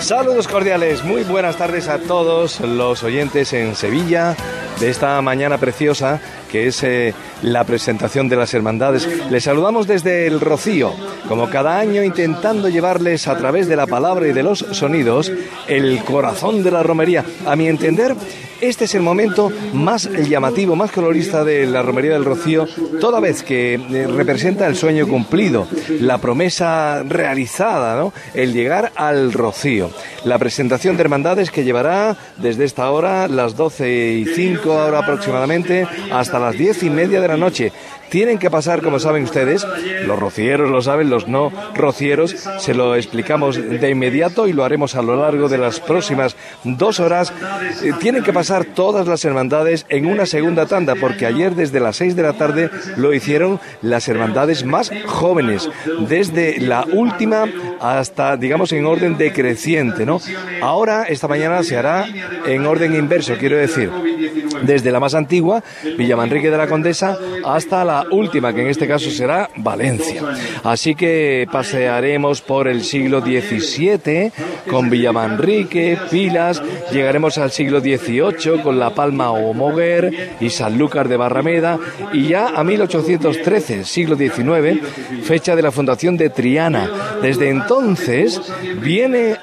Saludos cordiales, muy buenas tardes a todos los oyentes en Sevilla de esta mañana preciosa que es la presentación de las hermandades. Les saludamos desde el Rocío, como cada año intentando llevarles a través de la palabra y de los sonidos el corazón de la romería. A mi entender, este es el momento más llamativo, más colorista de la romería del Rocío, toda vez que representa el sueño cumplido, la promesa realizada, ¿no? El llegar al Rocío. La presentación de hermandades que llevará desde esta hora, las 12:05 ahora aproximadamente, hasta las 10:30 de la noche. Tienen que pasar, como saben ustedes, los rocieros lo saben, los no rocieros, se lo explicamos de inmediato y lo haremos a lo largo de las próximas 2 horas. Tienen que pasar todas las hermandades en una segunda tanda, porque ayer desde las 6 de la tarde lo hicieron las hermandades más jóvenes, desde la última hasta, digamos, en orden decreciente, ¿no? Ahora, esta mañana se hará en orden inverso, quiero decir, desde la más antigua, Villamanrique de la Condesa, hasta la última, que en este caso será Valencia. Así que pasearemos por el siglo XVII con Villamanrique, Pilas, llegaremos al siglo XVIII con La Palma o Moguer y Sanlúcar de Barrameda, y ya a 1813, siglo XIX, fecha de la fundación de Triana. Desde entonces viene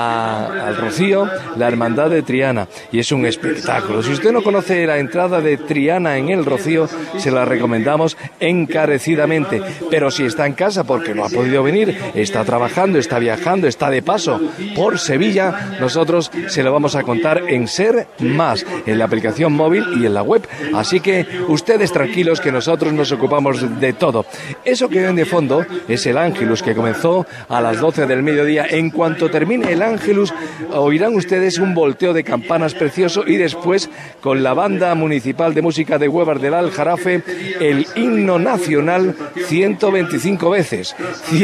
al Rocío la Hermandad de Triana y es un espectáculo. Si usted no conoce la entrada de Triana en el Rocío, se la recomendamos encarecidamente, pero si está en casa porque no ha podido venir, está trabajando, está viajando, está de paso por Sevilla, nosotros se lo vamos a contar en Ser Más, en la aplicación móvil y en la web, así que ustedes tranquilos que nosotros nos ocupamos de todo. Eso que ven de fondo es el Ángelus, que comenzó a las 12 del mediodía. En cuanto termine el Ángelus, oirán ustedes un volteo de campanas precioso y después, con la banda municipal de música de Huevar del Aljarafe, el himno nacional 125 veces.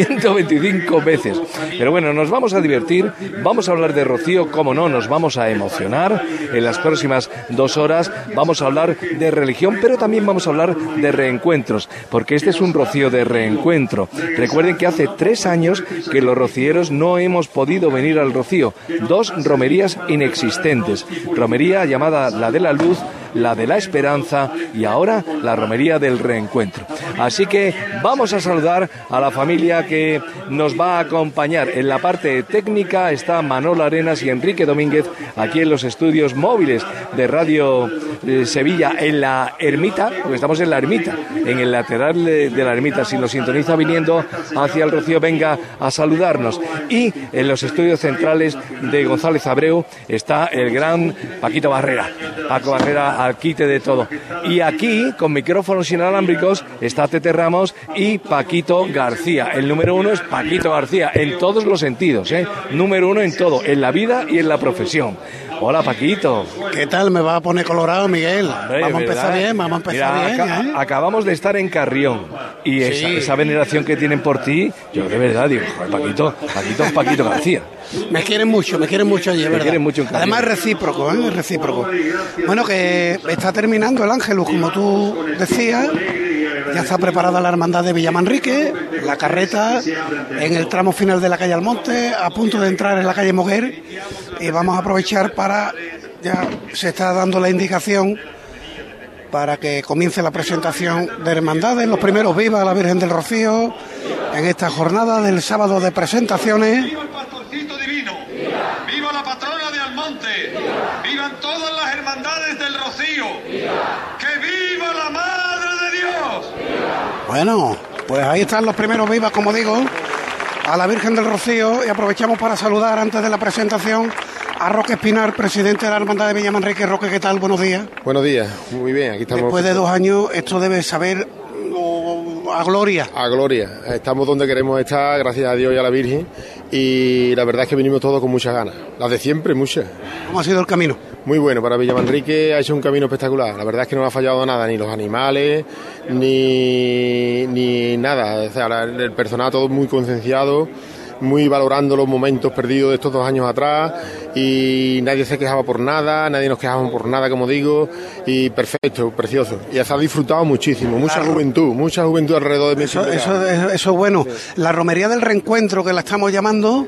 125 veces. Pero bueno, nos vamos a divertir, vamos a hablar de Rocío, cómo no, nos vamos a emocionar. En las próximas 2 horas vamos a hablar de religión, pero también vamos a hablar de reencuentros, porque este es un Rocío de reencuentro. Recuerden que hace 3 años que los rocieros no hemos podido venir al Rocío. 2 romerías inexistentes. Romería llamada la de la Luz, la de la Esperanza y ahora la romería del reencuentro. Así que vamos a saludar a la familia que nos va a acompañar. En la parte técnica está Manolo Arenas y Enrique Domínguez, aquí en los estudios móviles de Radio Sevilla, en la Ermita, porque estamos en la Ermita, en el lateral de la Ermita. Si nos sintoniza viniendo hacia el Rocío, venga a saludarnos. Y en los estudios centrales de González Abreu está el gran Paquito Barrera. Paco Barrera al quite de todo. Y aquí, con micrófonos inalámbricos, está Tete Ramos y Paquito García. El número 1 es Paquito García, en todos los sentidos, ¿eh? Número 1 en todo, en la vida y en la profesión. Hola, Paquito. ¿Qué tal? Me va a poner colorado, Miguel. Hombre, vamos a empezar bien, vamos a empezar bien. ¿Eh? Acabamos de estar en Carrión y esa veneración que tienen por ti, yo de verdad digo, Paquito García. Me quieren mucho allí, es verdad. Mucho además es recíproco, ¿eh? Es recíproco. Bueno, que está terminando el Ángelus, como tú decías. Ya está preparada la hermandad de Villamanrique, la carreta en el tramo final de la calle Almonte, a punto de entrar en la calle Moguer, y vamos a aprovechar ya se está dando la indicación para que comience la presentación de hermandades. Los primeros viva la Virgen del Rocío en esta jornada del sábado de presentaciones. ¡Viva el pastorcito divino! ¡Viva la patrona de Almonte! ¡Vivan todas las hermandades del Rocío! ¡Que viva la Madre de Dios! Bueno, pues ahí están los primeros vivas, como digo, a la Virgen del Rocío, y aprovechamos para saludar antes de la presentación a Roque Espinar, presidente de la Hermandad de Villamanrique. Roque, ¿qué tal? Buenos días. Buenos días, muy bien, aquí estamos. Después de 2 años, esto debe saber a gloria. A gloria, estamos donde queremos estar, gracias a Dios y a la Virgen, y la verdad es que venimos todos con muchas ganas, las de siempre, muchas. ¿Cómo ha sido el camino? Muy bueno, para Villamanrique ha hecho un camino espectacular, la verdad es que no ha fallado nada, ni los animales, ni nada, o sea, el personal todo muy concienciado, muy valorando los momentos perdidos de estos 2 años atrás, y nadie se quejaba por nada, nadie nos quejábamos por nada, como digo, y perfecto, precioso. Y se ha disfrutado muchísimo, mucha juventud alrededor de mí. Eso es bueno. La romería del reencuentro, que la estamos llamando,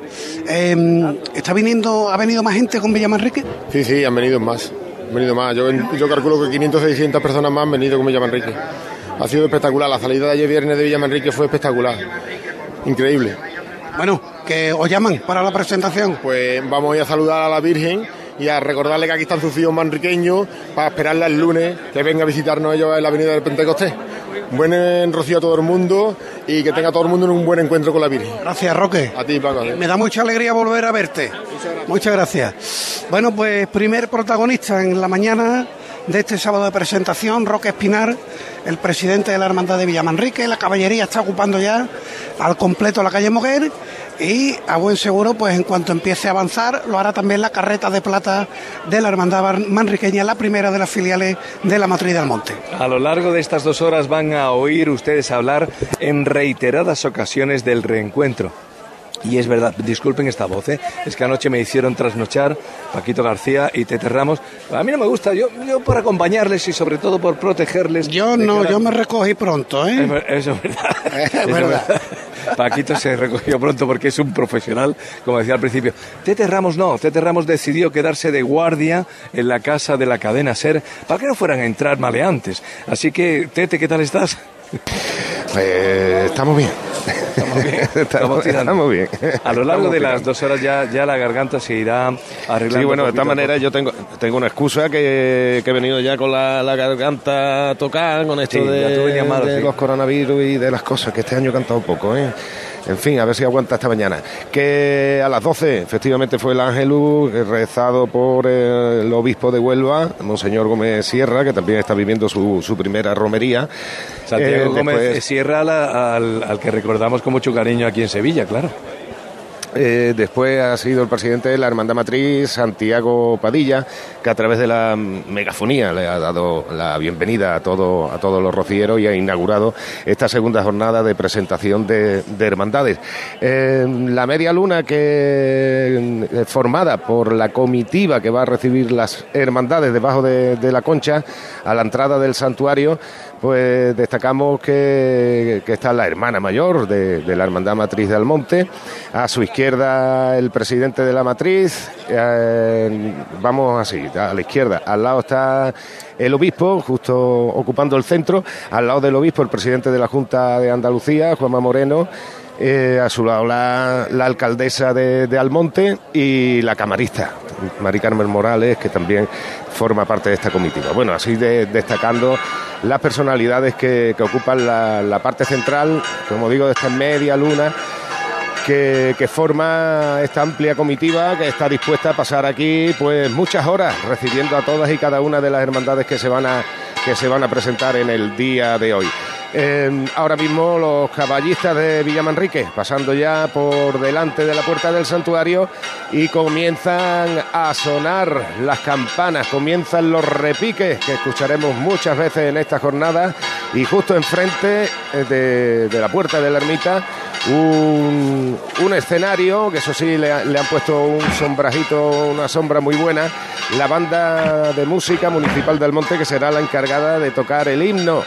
ha venido más gente con Villamanrique. Sí, han venido más. Yo calculo que 500 o 600 personas más han venido con Villamanrique. Ha sido espectacular. La salida de ayer viernes de Villamanrique fue espectacular. Increíble. Bueno, que os llaman para la presentación. Pues vamos a ir a saludar a la Virgen y a recordarle que aquí están sus hijos manriqueños para esperarla el lunes, que venga a visitarnos ellos en la avenida del Pentecostés. Buen rocío a todo el mundo y que tenga todo el mundo un buen encuentro con la Virgen. Gracias, Roque. A ti, Paco. Me da mucha alegría volver a verte. Muchas gracias. Bueno, pues primer protagonista en la mañana de este sábado de presentación, Roque Espinar, el presidente de la Hermandad de Villamanrique. La caballería está ocupando ya al completo la calle Moguer y a buen seguro, pues en cuanto empiece a avanzar, lo hará también la carreta de plata de la Hermandad manriqueña, la primera de las filiales de la Matriz de Almonte. A lo largo de estas 2 horas van a oír ustedes hablar en reiteradas ocasiones del reencuentro. Y es verdad, disculpen esta voz, es que anoche me hicieron trasnochar Paquito García y Tete Ramos. A mí no me gusta, yo por acompañarles y sobre todo por protegerles. Yo me recogí pronto, Eso es verdad. Es verdad. Paquito se recogió pronto porque es un profesional, como decía al principio. Tete Ramos decidió quedarse de guardia en la casa de la cadena SER para que no fueran a entrar maleantes. Así que, Tete, ¿qué tal estás? Estamos bien. Estamos bien. A lo largo de las 2 horas ya la garganta se irá arreglando. Sí, bueno, de todas maneras yo tengo una excusa que he venido ya con la garganta tocada con esto de los coronavirus y de las cosas, que este año he cantado poco, En fin, a ver si aguanta esta mañana. Que a las 12, efectivamente, fue el Ángelus, rezado por el obispo de Huelva, Monseñor Gómez Sierra, que también está viviendo su primera romería. Santiago Gómez Sierra, al que recordamos con mucho cariño aquí en Sevilla, claro. Después ha sido el presidente de la Hermandad Matriz, Santiago Padilla, que a través de la megafonía le ha dado la bienvenida a todos los rocieros y ha inaugurado esta segunda jornada de presentación de hermandades. La media luna formada por la comitiva que va a recibir las hermandades debajo de la concha a la entrada del santuario, pues destacamos que está la hermana mayor de la Hermandad Matriz de Almonte, a su izquierda el presidente de la Matriz, vamos así, a la izquierda, al lado está el obispo, justo ocupando el centro, al lado del obispo el presidente de la Junta de Andalucía, Juanma Moreno, a su lado la alcaldesa de Almonte y la camarista, Mari Carmen Morales, que también forma parte de esta comitiva. Bueno, así destacando las personalidades que ocupan la parte central, como digo, de esta media luna que forma esta amplia comitiva que está dispuesta a pasar aquí pues muchas horas recibiendo a todas y cada una de las hermandades que se van a presentar en el día de hoy. Ahora mismo los caballistas de Villamanrique pasando ya por delante de la puerta del santuario y comienzan a sonar las campanas, comienzan los repiques que escucharemos muchas veces en esta jornada, y justo enfrente de la puerta de la ermita un escenario que eso sí le han puesto un sombrajito, una sombra muy buena, la banda de música municipal del Monte, que será la encargada de tocar el himno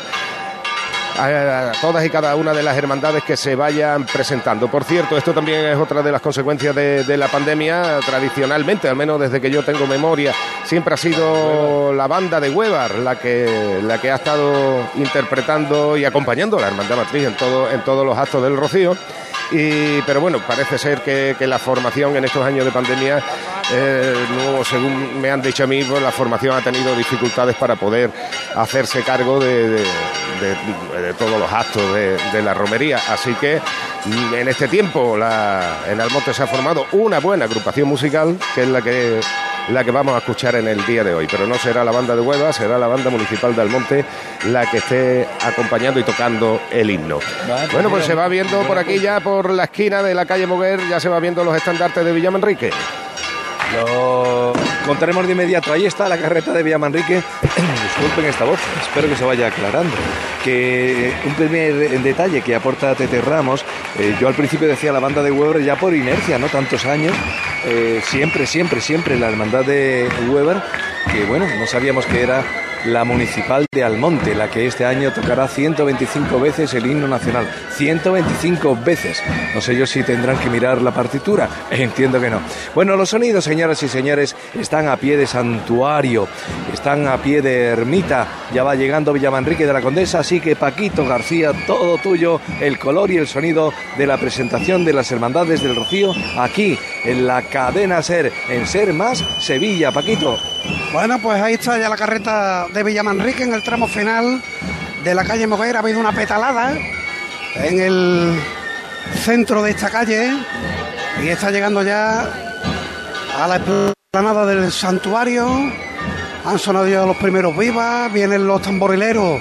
a todas y cada una de las hermandades que se vayan presentando. Por cierto, esto también es otra de las consecuencias de la pandemia. Tradicionalmente, al menos desde que yo tengo memoria, siempre ha sido la banda de Huevar la que ha estado interpretando y acompañando a la Hermandad Matriz en todos los actos del Rocío. Pero bueno, parece ser que la formación en estos años de pandemia, no, según me han dicho a mí, pues la formación ha tenido dificultades para poder hacerse cargo de todos los actos de la romería. Así que en este tiempo en Almonte se ha formado una buena agrupación musical, que es la que vamos a escuchar en el día de hoy, pero no será la banda de Huelva, será la banda municipal de Almonte la que esté acompañando y tocando el himno. Bueno, pues se va viendo por aquí ya, por la esquina de la calle Moguer, ya se va viendo los estandartes de Villamanrique. Lo contaremos de inmediato. Ahí está la carreta de Villamanrique. Disculpen esta voz, espero que se vaya aclarando. Que un primer detalle que aporta Tete Ramos, yo al principio decía la banda de Weber ya por inercia, ¿no? Tantos años, siempre la hermandad de Weber, que bueno, no sabíamos que era la municipal de Almonte, la que este año tocará 125 veces el himno nacional. 125 veces. No sé yo si tendrán que mirar la partitura. Entiendo que no. Bueno, los sonidos, señoras y señores, están a pie de santuario, están a pie de ermita. Ya va llegando Villamanrique de la Condesa, así que Paquito García, todo tuyo, el color y el sonido de la presentación de las Hermandades del Rocío, aquí en la cadena SER, en SER Más Sevilla. Paquito. Bueno, pues ahí está ya la carreta de Villamanrique en el tramo final de la calle Moguera. Ha habido una petalada en el centro de esta calle y está llegando ya a la explanada del santuario. Han sonado ya los primeros vivas, vienen los tamborileros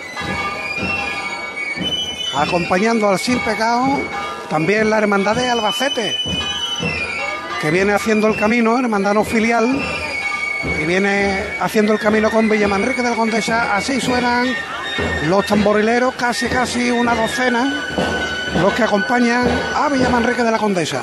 acompañando al Sin Pecado. También la hermandad de Albacete, que viene haciendo el camino, hermandad no filial, y viene haciendo el camino con Villamanrique de la Condesa. Así suenan los tamborileros, casi una docena, los que acompañan a Villamanrique de la Condesa.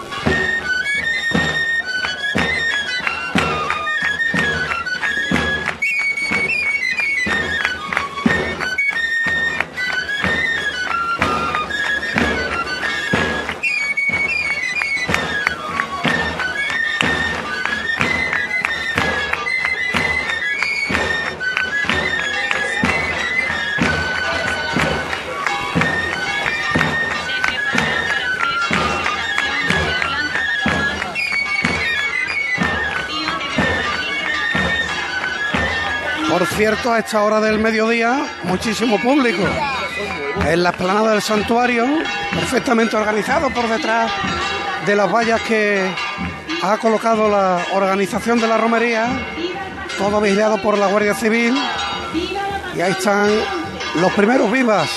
Por cierto, a esta hora del mediodía, muchísimo público en la explanada del santuario, perfectamente organizado por detrás de las vallas que ha colocado la organización de la romería, todo vigilado por la Guardia Civil. Y ahí están los primeros vivas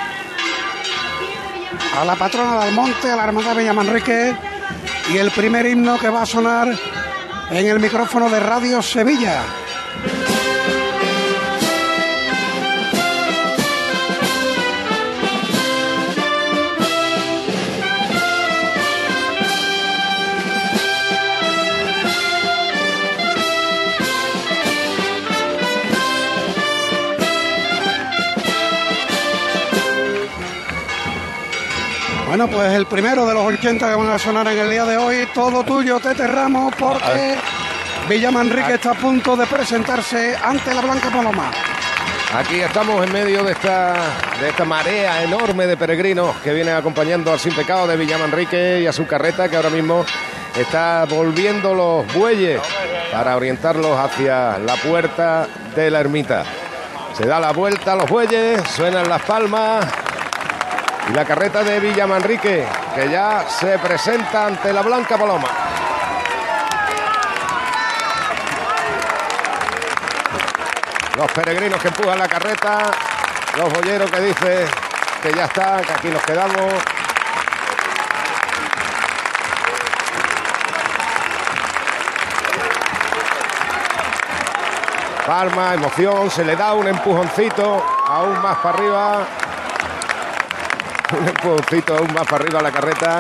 a la patrona de Almonte, a la hermandad de Villamanrique, y el primer himno que va a sonar en el micrófono de Radio Sevilla. Bueno, pues el primero de los 80 que van a sonar en el día de hoy, todo tuyo, Tete Ramos, porque Villamanrique está a punto de presentarse ante la Blanca Paloma. Aquí estamos en medio de esta marea enorme de peregrinos que vienen acompañando al Sin Pecado de Villamanrique y a su carreta, que ahora mismo está volviendo los bueyes para orientarlos hacia la puerta de la ermita. Se da la vuelta a los bueyes, suenan las palmas. Y la carreta de Villamanrique, que ya se presenta ante la Blanca Paloma. Los peregrinos que empujan la carreta, los boyeros que dicen que ya está, que aquí nos quedamos. Palma, emoción, se le da un empujoncito aún más para arriba. Un empujoncito aún más para arriba a la carreta.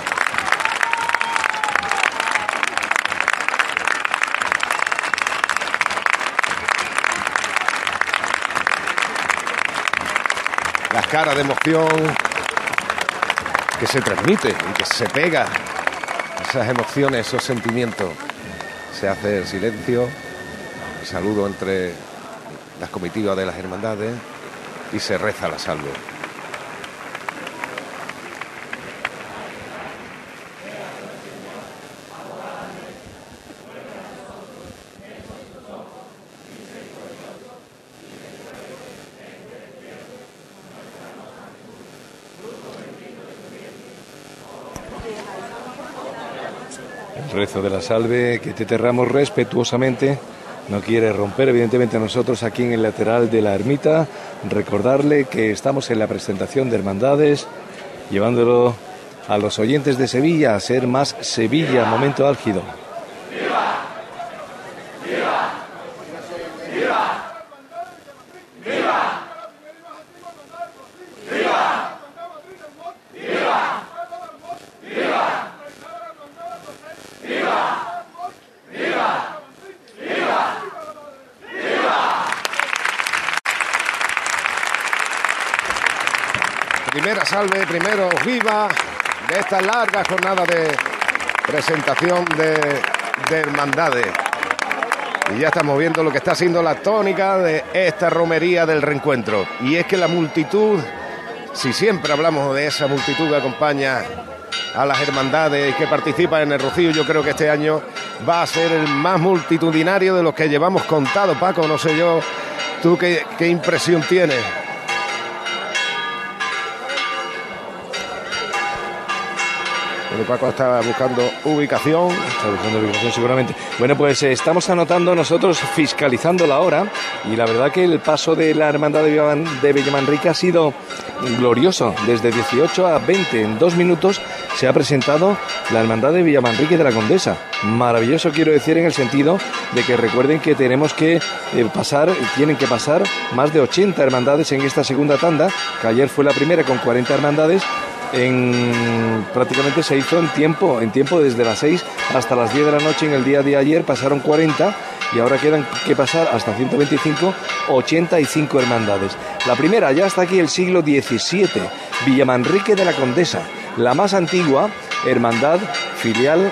Las caras de emoción que se transmite y que se pega. Esas emociones, esos sentimientos. Se hace el silencio, el saludo entre las comitivas de las hermandades y se reza la salve. Rezo de la salve que Tete Ramos respetuosamente no quiere romper. Evidentemente nosotros aquí en el lateral de la ermita, recordarle que estamos en la presentación de hermandades, llevándolo a los oyentes de Sevilla, a SER Más Sevilla, momento álgido. primera salve, primero viva de esta larga jornada de presentación de hermandades. Y ya estamos viendo lo que está siendo la tónica de esta romería del reencuentro. Y es que la multitud, si siempre hablamos de esa multitud que acompaña a las hermandades y que participa en el Rocío, yo creo que este año va a ser el más multitudinario de los que llevamos contado. Paco, no sé yo, ¿tú qué impresión tienes? Bueno, Paco está buscando ubicación. Seguramente. Bueno, pues estamos anotando nosotros, fiscalizando la hora, y la verdad que el paso de la hermandad de Villamanrique ha sido glorioso. Desde 18 a 20, en 2 minutos, se ha presentado la hermandad de Villamanrique de la Condesa. Maravilloso, quiero decir, en el sentido de que recuerden que tenemos que tienen que pasar más de 80 hermandades en esta segunda tanda, que ayer fue la primera con 40 hermandades. Prácticamente se hizo en tiempo desde las 6 hasta las 10 de la noche. En el día de ayer pasaron 40 y ahora quedan que pasar hasta 125, 85 hermandades. La primera ya está aquí el siglo XVII, Villamanrique de la Condesa, la más antigua hermandad filial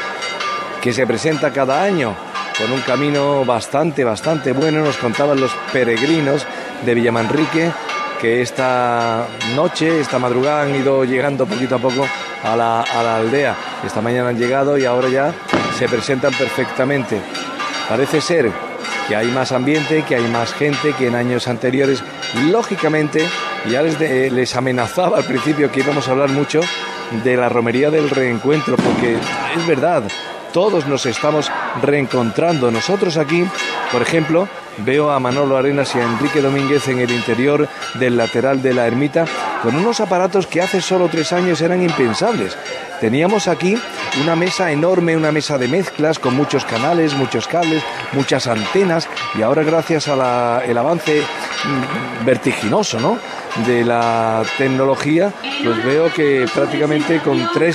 que se presenta cada año con un camino bastante bueno. Nos contaban los peregrinos de Villamanrique que esta madrugada han ido llegando poquito a poco a la aldea. Esta mañana han llegado y ahora ya se presentan perfectamente. Parece ser que hay más ambiente, que hay más gente que en años anteriores. Lógicamente, ya les amenazaba al principio que íbamos a hablar mucho de la romería del reencuentro, porque es verdad, todos nos estamos reencontrando. Nosotros aquí, por ejemplo, veo a Manolo Arenas y a Enrique Domínguez en el interior del lateral de la ermita con unos aparatos que hace solo 3 años eran impensables. Teníamos aquí una mesa enorme, una mesa de mezclas con muchos canales, muchos cables, muchas antenas, y ahora gracias a el avance vertiginoso, ¿no?, de la tecnología, pues veo que prácticamente con tres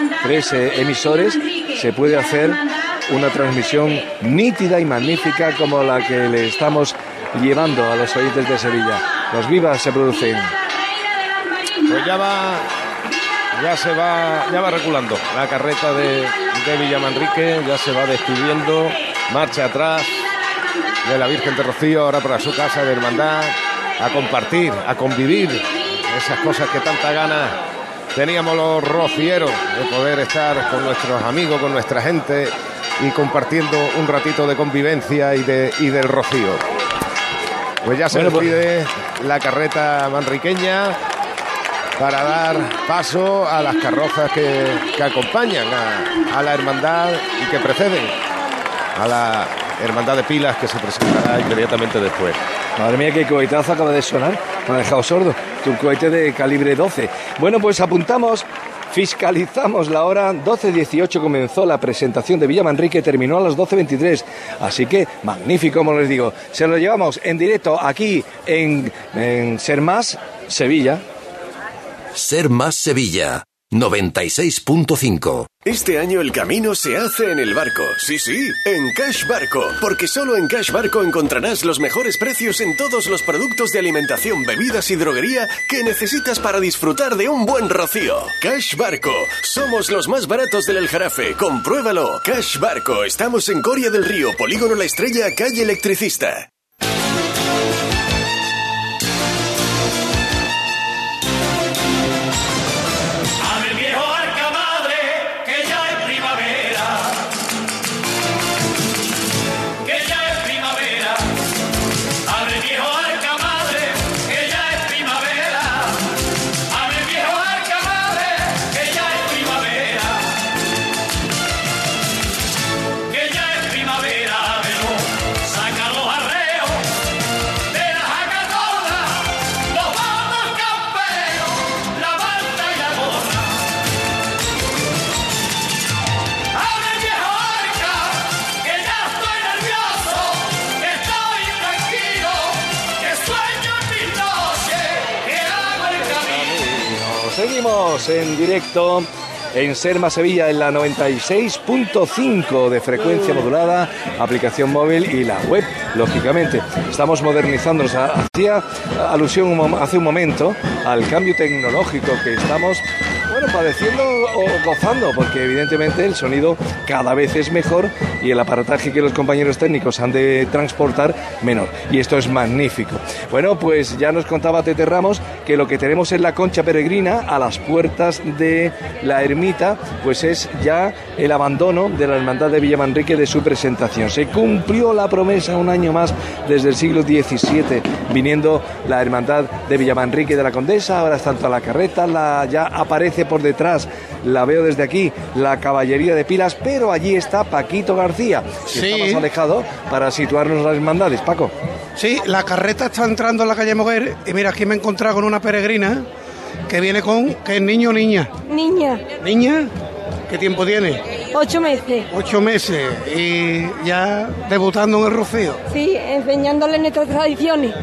emisores se puede hacer una transmisión nítida y magnífica como la que le estamos llevando a los oyentes de Sevilla. Los vivas se producen. Pues ya va reculando la carreta de Villamanrique, ya se va despidiendo, marcha atrás de la Virgen de Rocío, ahora para su casa de hermandad, a compartir, a convivir, esas cosas que tanta gana teníamos los rocieros de poder estar con nuestros amigos, con nuestra gente y compartiendo un ratito de convivencia y del Rocío. Pues ya se despide la carreta manriqueña para dar paso a las carrozas que acompañan a la hermandad y que preceden a la hermandad de Pilas, que se presentará inmediatamente después. Madre mía, qué cohetazo acaba de sonar, me ha dejado sordo, un cohete de calibre 12. Bueno, pues apuntamos, fiscalizamos la hora. 12:18 comenzó la presentación de Villamanrique, terminó a las 12:23, así que magnífico, como les digo. Se lo llevamos en directo aquí en Ser Más Sevilla. Ser Más Sevilla 96.5. Este año el camino se hace en el barco. Sí, en Cash Barco. Porque solo en Cash Barco encontrarás los mejores precios en todos los productos de alimentación, bebidas y droguería que necesitas para disfrutar de un buen rocío. Cash Barco. Somos los más baratos del Aljarafe. Compruébalo. Cash Barco. Estamos en Coria del Río, Polígono La Estrella, calle Electricista. Seguimos en directo en Ser Más Sevilla en la 96.5 de frecuencia modulada, aplicación móvil y la web lógicamente. Estamos modernizándonos. Hacía alusión hace un momento al cambio tecnológico que estamos padeciendo o gozando, porque evidentemente el sonido cada vez es mejor y el aparataje que los compañeros técnicos han de transportar menor, y esto es magnífico. Bueno, pues ya nos contaba Tete Ramos que lo que tenemos en la concha peregrina a las puertas de la ermita, pues es ya el abandono de la Hermandad de Villamanrique de su presentación. Se cumplió la promesa un año más desde el siglo XVII, viniendo la Hermandad de Villamanrique de la Condesa. Ahora está toda la carreta, ya aparece por detrás, la veo desde aquí, la caballería de Pilas, pero allí está Paquito García, que sí, está más alejado para situarnos las hermandades. Paco. Sí, la carreta está entrando en la calle Moguer y mira, aquí me he encontrado con una peregrina que viene que es niño o niña. Niña. ¿Niña? ¿Qué tiempo tiene? 8 meses. 8 meses y ya debutando en el Rocío. Sí, enseñándole nuestras tradiciones.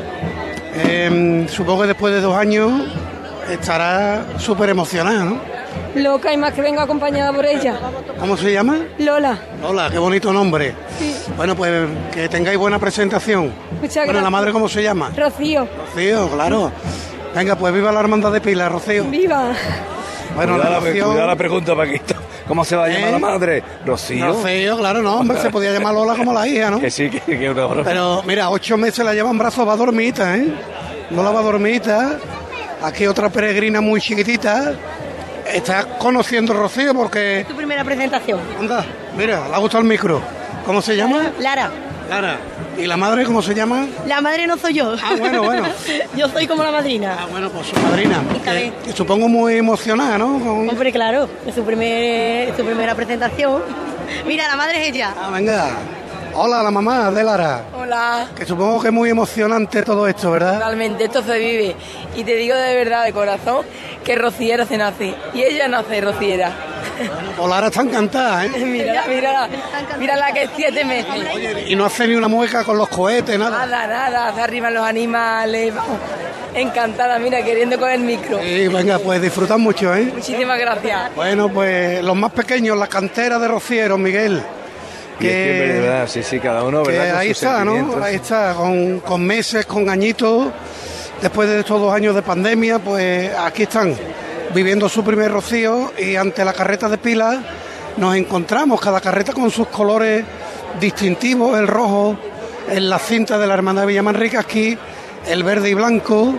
Supongo que después de 2 años estará súper emocionada, ¿no? Loca, y más que vengo acompañada por ella. ¿Cómo se llama? Lola. Lola, qué bonito nombre. Sí. Bueno, pues que tengáis buena presentación. Muchas gracias. Bueno, ¿la madre cómo se llama? Rocío. Rocío, claro. Venga, pues viva la Hermandad de Pilas, Rocío. Viva. Bueno, cuidado la pregunta, Paquito. ¿Cómo se va a llamar la madre? Rocío. Rocío, claro, no, hombre, se podía llamar Lola como la hija, ¿no? Que sí, que una broma. Pero mira, 8 meses la lleva en brazos, va dormita, ¿eh? Lola va dormita. Aquí otra peregrina muy chiquitita. Está conociendo a Rocío porque... Tu primera presentación. Anda, mira, le ha gustado el micro. ¿Cómo se llama? Lara. Lara. ¿Y la madre cómo se llama? La madre no soy yo. Ah, bueno. Yo soy como la madrina. Ah, bueno, pues su madrina. Que supongo muy emocionada, ¿no? Hombre, claro, es su primera presentación. Mira, la madre es ella. Ah, venga. Hola, la mamá de Lara. Hola. Que supongo que es muy emocionante todo esto, ¿verdad? Totalmente, esto se vive. Y te digo de verdad, de corazón, que rociera se nace. Y ella nace rociera. Pues Lara está encantada, ¿eh? Mírala que es 7 meses. Oye, y no hace ni una mueca con los cohetes, nada. Nada, se arriban los animales. Vamos, encantada, mira, queriendo con el micro. Sí, venga, pues disfrutan mucho, ¿eh? Muchísimas gracias. Bueno, pues los más pequeños, la cantera de rocieros, Miguel. Que es verdad, sí, cada uno, ¿verdad? Ahí está, ¿no? Ahí está, con meses, con añitos, después de estos 2 años de pandemia, pues aquí están, viviendo su primer rocío, y ante la carreta de Pilas nos encontramos, cada carreta con sus colores distintivos, el rojo en la cinta de la Hermandad de Villamanrique, aquí el verde y blanco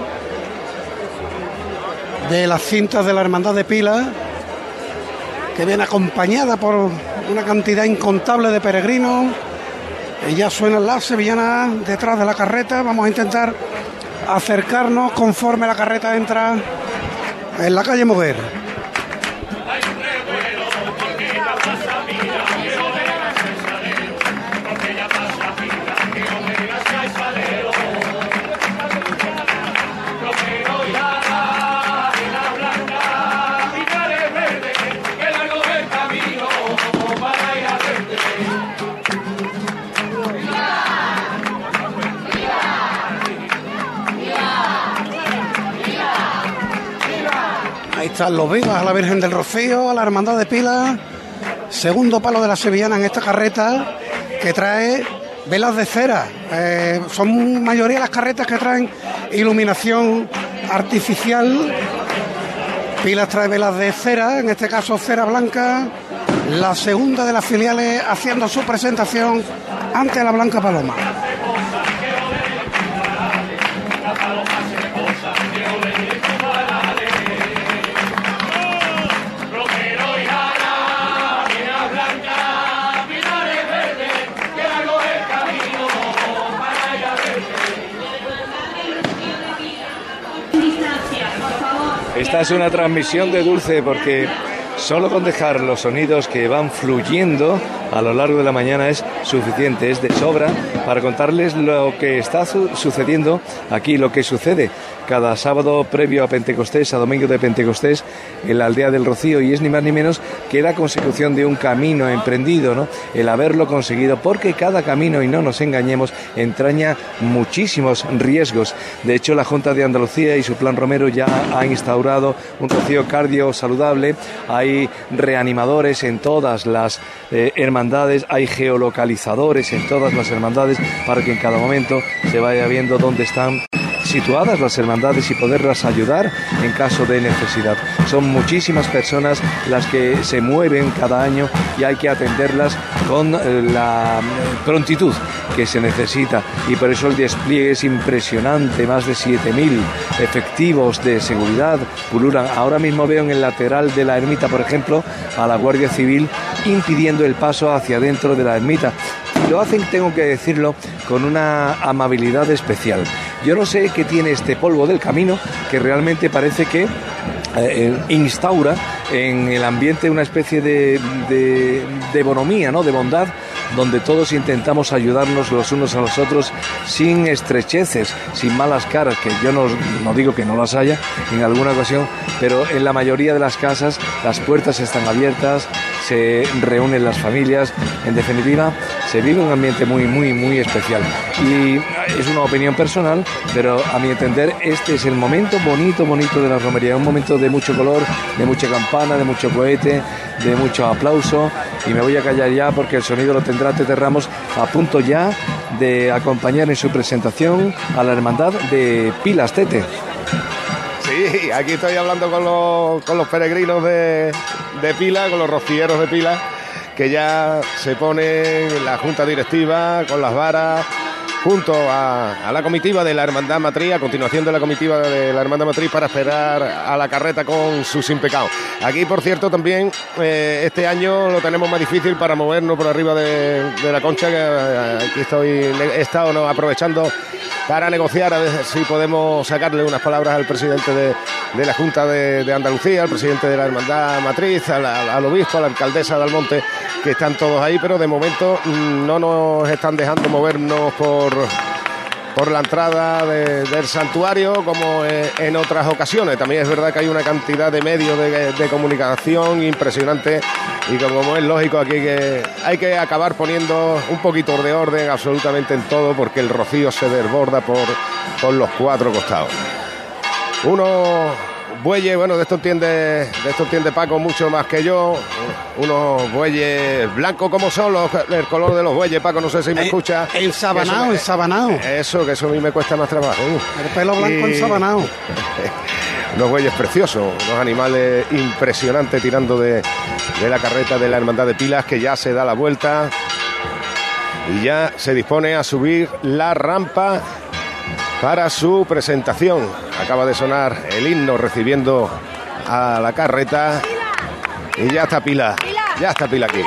de las cintas de la Hermandad de Pilas, que viene acompañada por una cantidad incontable de peregrinos. Y ya suenan las sevillanas detrás de la carreta. Vamos a intentar acercarnos conforme la carreta entra en la calle Moguer. Ahí están los vivas, a la Virgen del Rocío, a la Hermandad de Pilas, segundo palo de la sevillana en esta carreta que trae velas de cera. Son mayoría las carretas que traen iluminación artificial. Pilas trae velas de cera, en este caso cera blanca, la segunda de las filiales haciendo su presentación ante la Blanca Paloma. Esta es una transmisión de Dulce, porque solo con dejar los sonidos que van fluyendo a lo largo de la mañana es suficiente, es de sobra para contarles lo que está sucediendo aquí, lo que sucede cada sábado previo a Pentecostés, a domingo de Pentecostés, en la aldea del Rocío, y es ni más ni menos que la consecución de un camino emprendido, ¿no? El haberlo conseguido, porque cada camino, y no nos engañemos, entraña muchísimos riesgos. De hecho, la Junta de Andalucía y su Plan Romero ya ha instaurado un rocío cardio saludable. Hay reanimadores en todas las hermandades hermandades, hay geolocalizadores en todas las hermandades para que en cada momento se vaya viendo dónde están situadas las hermandades y poderlas ayudar en caso de necesidad. Son muchísimas personas las que se mueven cada año y hay que atenderlas con la prontitud que se necesita, y por eso el despliegue es impresionante. Más de 7.000 efectivos de seguridad pululan. Ahora mismo veo en el lateral de la ermita, por ejemplo, a la Guardia Civil impidiendo el paso hacia dentro de la ermita. Y lo hacen, tengo que decirlo, con una amabilidad especial. Yo no sé qué tiene este polvo del camino, que realmente parece que instaura en el ambiente una especie de bonomía, ¿no?, de bondad, donde todos intentamos ayudarnos los unos a los otros sin estrecheces, sin malas caras, que yo no digo que no las haya en alguna ocasión, pero en la mayoría de las casas las puertas están abiertas, se reúnen las familias, en definitiva se vive un ambiente muy, muy, muy especial. Y es una opinión personal, pero a mi entender este es el momento bonito de la romería, un momento de mucho color, de mucha campana, de mucho cohete, de mucho aplauso, y me voy a callar ya porque el sonido lo tendrá Tete Ramos, a punto ya de acompañar en su presentación a la hermandad de Pilas. Tete. Sí, aquí estoy hablando con los peregrinos de Pilas, con los rocieros de Pilas, que ya se ponen la junta directiva con las varas junto a la comitiva de la Hermandad Matriz, a continuación de la comitiva de la Hermandad Matriz, para esperar a la carreta con sus impecados. Aquí, por cierto, también este año lo tenemos más difícil para movernos por arriba de la concha, que aquí he estado aprovechando para negociar a ver si podemos sacarle unas palabras al presidente de la Junta de Andalucía, al presidente de la Hermandad Matriz, al obispo, a la alcaldesa de Almonte, que están todos ahí, pero de momento no nos están dejando movernos por la entrada del santuario como en otras ocasiones. También es verdad que hay una cantidad de medios de comunicación impresionante, y como es lógico aquí que hay que acabar poniendo un poquito de orden absolutamente en todo, porque el rocío se desborda por los cuatro costados. Unos bueyes, bueno, de esto entiende Paco mucho más que yo, unos bueyes blancos. ¿Cómo son el color de los bueyes, Paco? No sé si me escucha. Ensabanado. Eso, que eso a mí me cuesta más trabajo. El pelo blanco ensabanado. Unos bueyes preciosos, unos animales impresionantes tirando de la carreta de la Hermandad de Pilas, que ya se da la vuelta y ya se dispone a subir la rampa para su presentación. Acaba de sonar el himno recibiendo a la carreta y ya está Pila aquí.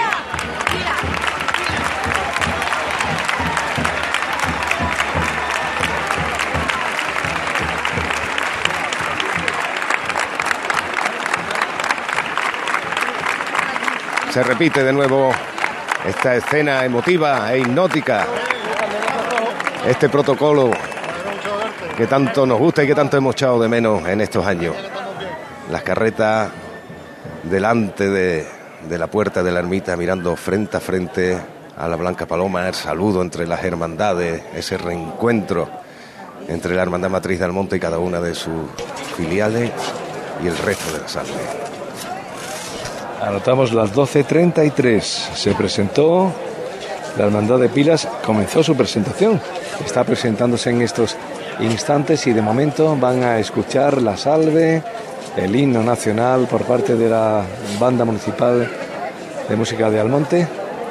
Se repite de nuevo esta escena emotiva e hipnótica, este protocolo que tanto nos gusta y que tanto hemos echado de menos en estos años. Las carretas delante de la puerta de la ermita, mirando frente a frente a la Blanca Paloma, el saludo entre las hermandades, ese reencuentro entre la Hermandad Matriz de Almonte y cada una de sus filiales y el resto de la salve. Anotamos las 12:33. Se presentó la Hermandad de Pilas, comenzó su presentación. Está presentándose en estos instantes y de momento van a escuchar la salve, el himno nacional por parte de la Banda Municipal de Música de Almonte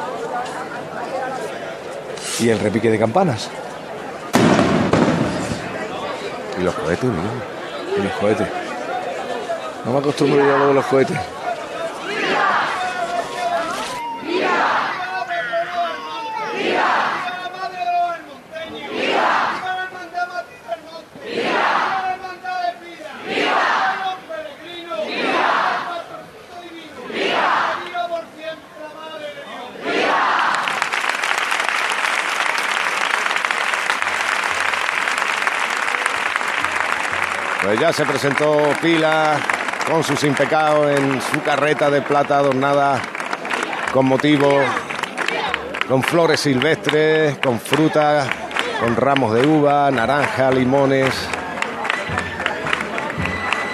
y el repique de campanas. Y los cohetes, ¿no? Y los cohetes. No me acostumbro yo a lo de los cohetes. Pues ya se presentó Pilas con sus impecados en su carreta de plata adornada con motivos, con flores silvestres, con frutas, con ramos de uva, naranja, limones,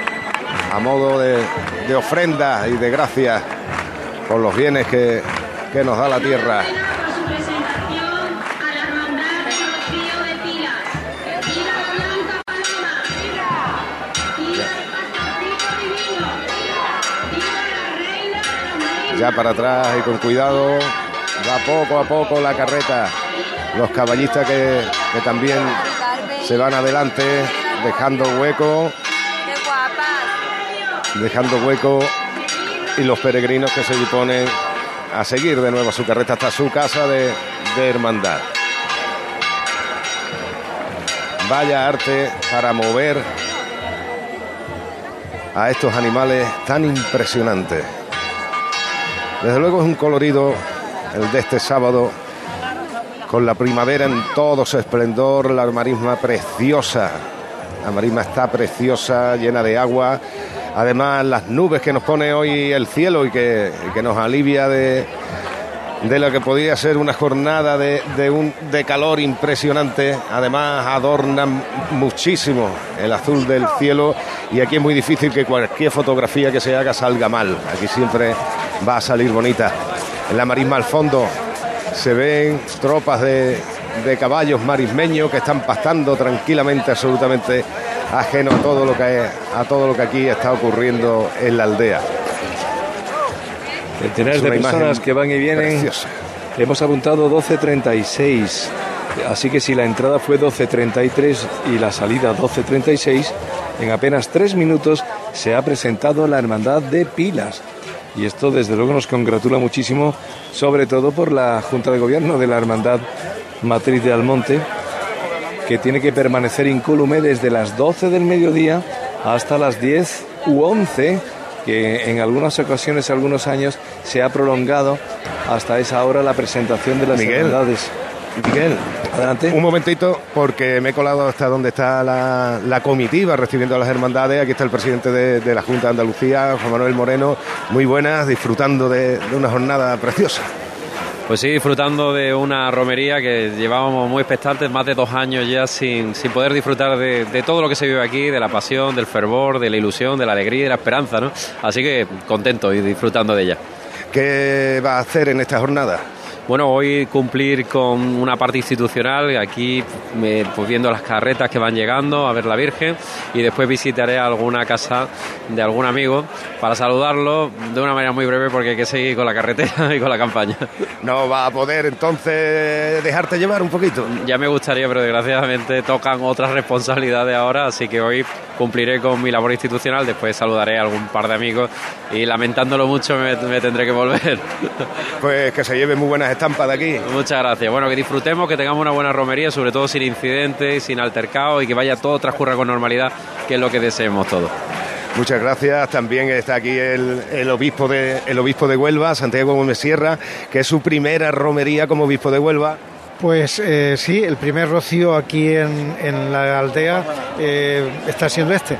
a modo de ofrenda y de gracia por los bienes que que nos da la tierra. Ya para atrás y con cuidado, va poco a poco la carreta. Los caballistas que también se van adelante, dejando hueco. Dejando hueco, y los peregrinos que se disponen a seguir de nuevo su carreta hasta su casa de hermandad. Vaya arte para mover a estos animales tan impresionantes. Desde luego es un colorido el de este sábado, con la primavera en todo su esplendor, la marisma preciosa. La marisma está preciosa, llena de agua. Además, las nubes que nos pone hoy el cielo y que nos alivia de lo que podría ser una jornada de calor impresionante. Además, adornan muchísimo el azul del cielo, y aquí es muy difícil que cualquier fotografía que se haga salga mal. Aquí siempre va a salir bonita. En la marisma al fondo se ven tropas de caballos marismeños que están pastando tranquilamente, absolutamente ajeno a todo lo que aquí está ocurriendo en la aldea. Centenares de personas que van y vienen. Preciosa. Hemos apuntado 12:36, así que si la entrada fue 12:33 y la salida 12:36, en apenas 3 minutos se ha presentado la Hermandad de Pilas. Y esto desde luego nos congratula muchísimo, sobre todo por la Junta de Gobierno de la Hermandad Matriz de Almonte, que tiene que permanecer incólume desde las 12 del mediodía hasta las 10 u 11, que en algunas ocasiones, algunos años, se ha prolongado hasta esa hora la presentación de las hermandades. Miguel, adelante. Un momentito, porque me he colado hasta donde está la comitiva recibiendo a las hermandades. Aquí está el presidente de la Junta de Andalucía, Juan Manuel Moreno. Muy buenas, disfrutando de una jornada preciosa. Pues sí, disfrutando de una romería que llevábamos muy expectantes, más de 2 años ya sin poder disfrutar de todo lo que se vive aquí, de la pasión, del fervor, de la ilusión, de la alegría y de la esperanza, ¿no? Así que contento y disfrutando de ella. ¿Qué va a hacer en esta jornada? Bueno, hoy cumplir con una parte institucional, aquí pues viendo las carretas que van llegando a ver la Virgen, y después visitaré alguna casa de algún amigo para saludarlo de una manera muy breve, porque hay que seguir con la carretera y con la campaña. ¿No va a poder entonces dejarte llevar un poquito? Ya me gustaría, pero desgraciadamente tocan otras responsabilidades ahora, así que hoy cumpliré con mi labor institucional, después saludaré a algún par de amigos y lamentándolo mucho me tendré que volver. Pues que se lleve muy buenas estampas de aquí. Muchas gracias. Bueno, que disfrutemos, que tengamos una buena romería, sobre todo sin incidentes, sin altercados, y que vaya todo transcurra con normalidad, que es lo que deseemos todos. Muchas gracias. También está aquí el obispo de Huelva, Santiago Gómez Sierra, que es su primera romería como obispo de Huelva. Pues sí, el primer rocío aquí en la aldea está siendo este.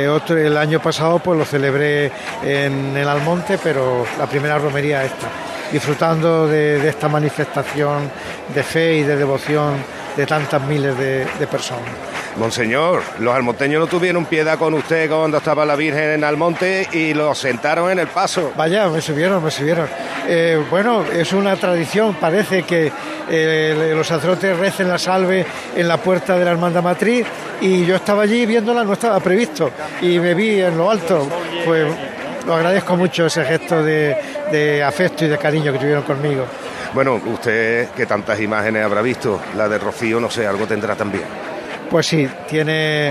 El año pasado pues lo celebré en el Almonte, pero la primera romería esta. Disfrutando de esta manifestación de fe y de devoción de tantas miles de personas. Monseñor, los almonteños no tuvieron piedad con usted cuando estaba la Virgen en Almonte y lo sentaron en el paso. Vaya, me subieron. Bueno, es una tradición, parece que los sacerdotes recen la salve en la puerta de la Hermandad Matriz, y yo estaba allí viéndola, no estaba previsto, y me vi en lo alto. Pues lo agradezco mucho, ese gesto de afecto y de cariño que tuvieron conmigo. Bueno, usted que tantas imágenes habrá visto, la de Rocío, no sé, algo tendrá también. Pues sí, tiene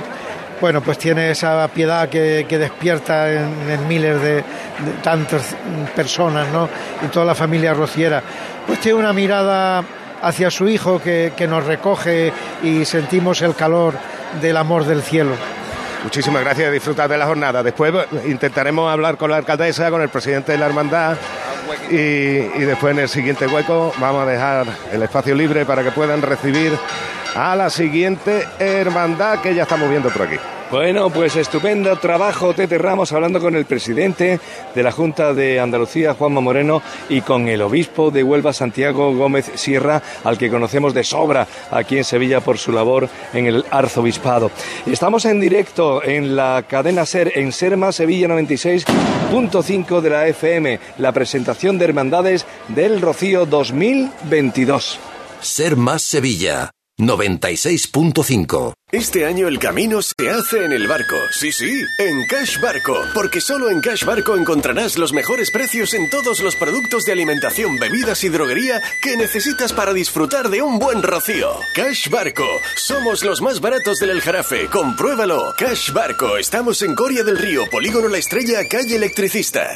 esa piedad que despierta en miles de tantas personas, ¿no? Y toda la familia rociera. Pues tiene una mirada hacia su hijo que nos recoge, y sentimos el calor del amor del cielo. Muchísimas gracias, disfrutar de la jornada. Después intentaremos hablar con la alcaldesa, con el presidente de la hermandad, y después en el siguiente hueco vamos a dejar el espacio libre para que puedan recibir a la siguiente hermandad que ya estamos viendo por aquí. Bueno, pues estupendo trabajo, Tete Ramos, hablando con el presidente de la Junta de Andalucía, Juanma Moreno, y con el obispo de Huelva, Santiago Gómez Sierra, al que conocemos de sobra aquí en Sevilla por su labor en el arzobispado. Estamos en directo en la cadena SER, en Ser Más Sevilla 96.5 de la FM, la presentación de Hermandades del Rocío 2022. Ser Más Sevilla 96.5. Este año el camino se hace en el barco. Sí, sí, en Cash Barco. Porque solo en Cash Barco encontrarás los mejores precios en todos los productos de alimentación, bebidas y droguería que necesitas para disfrutar de un buen rocío. Cash Barco. Somos los más baratos del Aljarafe. Compruébalo. Cash Barco. Estamos en Coria del Río, Polígono La Estrella, calle Electricista.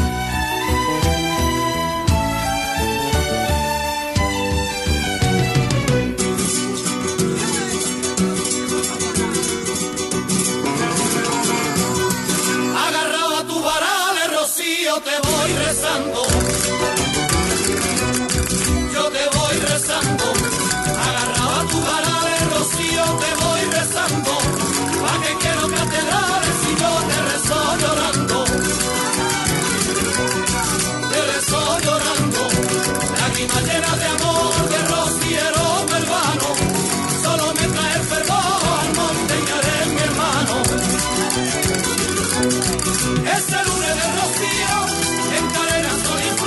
Te voy rezando, yo te voy rezando, agarrado a tu vara de rocío te voy rezando, pa' que quiero catedrales y yo te rezo llorando, lágrimas llenas de amor de rociero melvano, solo me trae el fervor al monte y haré mi hermano. Ese lunes de rocío, en cadena sol y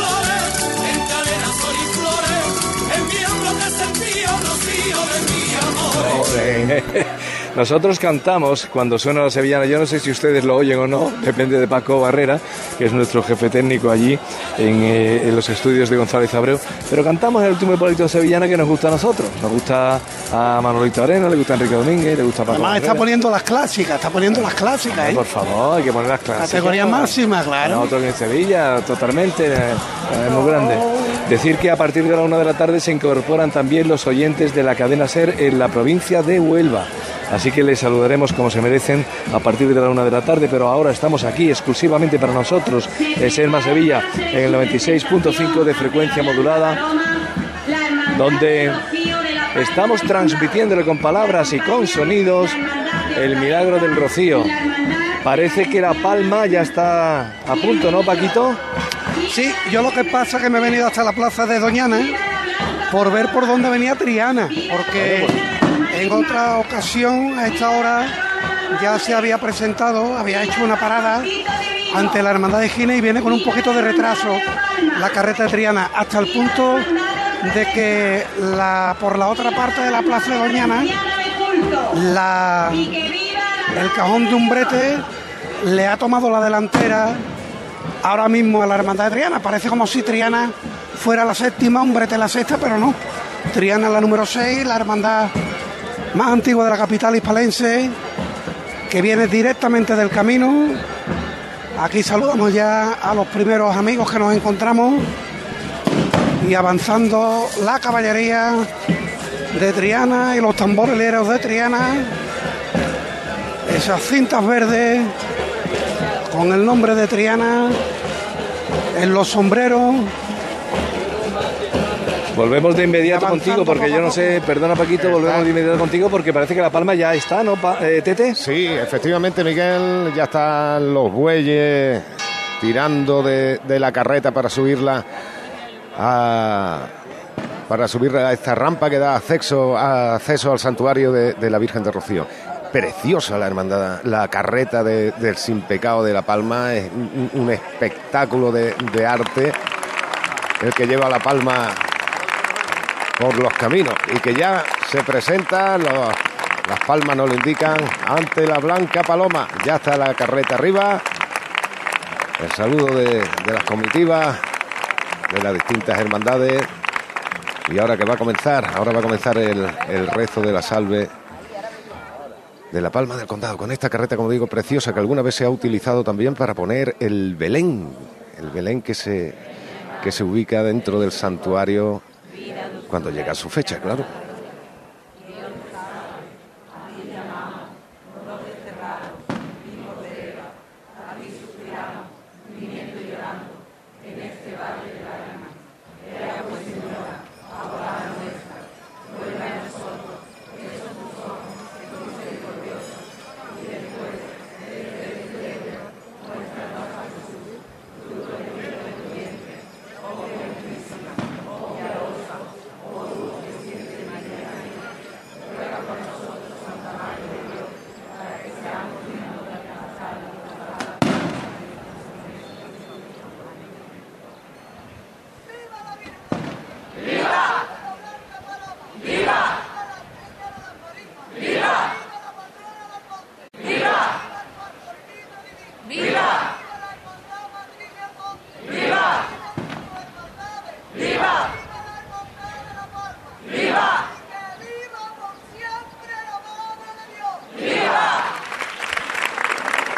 flores, enviando que sentí rocío de mi amor. Nosotros cantamos cuando suena la sevillana, yo no sé si ustedes lo oyen o no, depende de Paco Barrera, que es nuestro jefe técnico allí en los estudios de González Abreu, pero cantamos el último hipólito sevillana que nos gusta a nosotros. Nos gusta a Manolito Arena, le gusta a Enrique Domínguez, le gusta a Paco Además Barrera. está poniendo las clásicas, ¿eh? Por favor, hay que poner las clásicas. Categoría máxima, claro. Nosotros en Sevilla, totalmente, es muy grande. Decir que a partir de la 1 de la tarde se incorporan también los oyentes de la cadena SER en la provincia de Huelva. Así que les saludaremos como se merecen a partir de la 1 de la tarde, pero ahora estamos aquí exclusivamente para nosotros, en Ser Más Sevilla, en el 96.5 de frecuencia modulada, donde estamos transmitiéndole con palabras y con sonidos el milagro del Rocío. Parece que La Palma ya está a punto, ¿no, Paquito? Sí, yo lo que pasa es que me he venido hasta la plaza de Doñana por ver por dónde venía Triana, porque en otra ocasión a esta hora ya se había presentado, había hecho una parada ante la Hermandad de Gine y viene con un poquito de retraso la carreta de Triana, hasta el punto de que por la otra parte de la plaza de Doñana el cajón de Umbrete le ha tomado la delantera ahora mismo a la Hermandad de Triana. Parece como si Triana fuera la séptima, Umbrete la sexta, pero no. Triana la número 6, la hermandad más antigua de la capital hispalense, que viene directamente del camino. Aquí saludamos ya a los primeros amigos que nos encontramos y avanzando la caballería de Triana y los tamborileros de Triana, esas cintas verdes con el nombre de Triana en los sombreros. Volvemos de inmediato contigo, porque yo no sé, perdona Paquito, volvemos de inmediato contigo porque parece que La Palma ya está, ¿no, Tete? Sí, efectivamente, Miguel, ya están los bueyes tirando de la carreta para subirla a esta rampa que da acceso al santuario de la Virgen de Rocío. Preciosa la hermandad, la carreta del Sin Pecado de La Palma, es un espectáculo de arte el que lleva a La Palma por los caminos y que ya se presenta, las palmas nos lo indican, ante la Blanca Paloma. Ya está la carreta arriba, el saludo de las comitivas de las distintas hermandades, y ahora va a comenzar el rezo de la salve de La Palma del Condado, con esta carreta, como digo, preciosa, que alguna vez se ha utilizado también para poner el Belén que se ubica dentro del santuario cuando llega a su fecha, claro.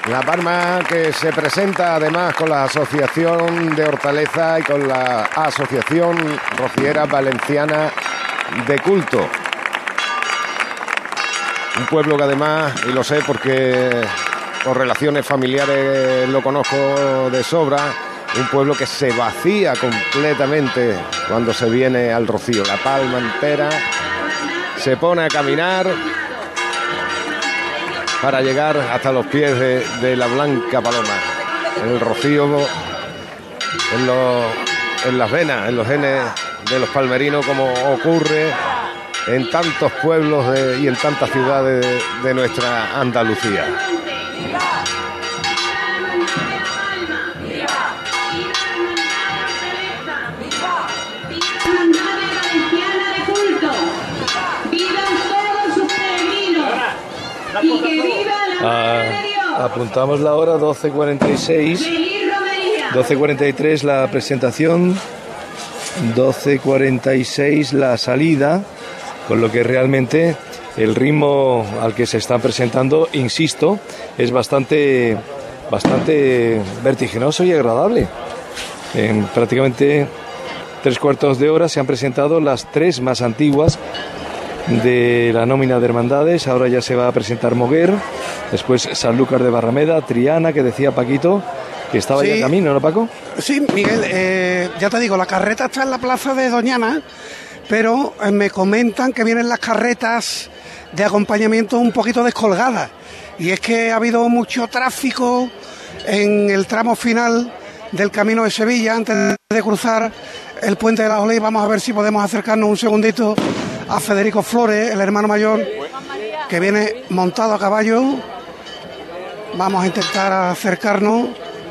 La Palma que se presenta además con la Asociación de Hortaleza y con la Asociación Rociera Valenciana de Culto. Un pueblo que además, y lo sé porque por relaciones familiares lo conozco de sobra, un pueblo que se vacía completamente cuando se viene al Rocío. La Palma entera se pone a caminar para llegar hasta los pies de la Blanca Paloma. El Rocío en las venas, en los genes de los palmerinos, como ocurre en tantos pueblos y en tantas ciudades de nuestra Andalucía. Y que viva la Madre de Dios. Apuntamos la hora, 12:46. 12:43 la presentación, 12:46 la salida, con lo que realmente el ritmo al que se están presentando, insisto, es bastante vertiginoso y agradable. En prácticamente 3/4 de hora se han presentado las 3 más antiguas de la nómina de hermandades. Ahora ya se va a presentar Moguer, después Sanlúcar de Barrameda, Triana, que decía Paquito que estaba ya en camino, ¿no, Paco? Sí, Miguel, ya te digo, la carreta está en la plaza de Doñana, pero me comentan que vienen las carretas de acompañamiento un poquito descolgadas, y es que ha habido mucho tráfico en el tramo final del Camino de Sevilla. Antes de cruzar el Puente de la Oley, vamos a ver si podemos acercarnos un segundito a Federico Flores, el hermano mayor, que viene montado a caballo. Vamos a intentar acercarnos,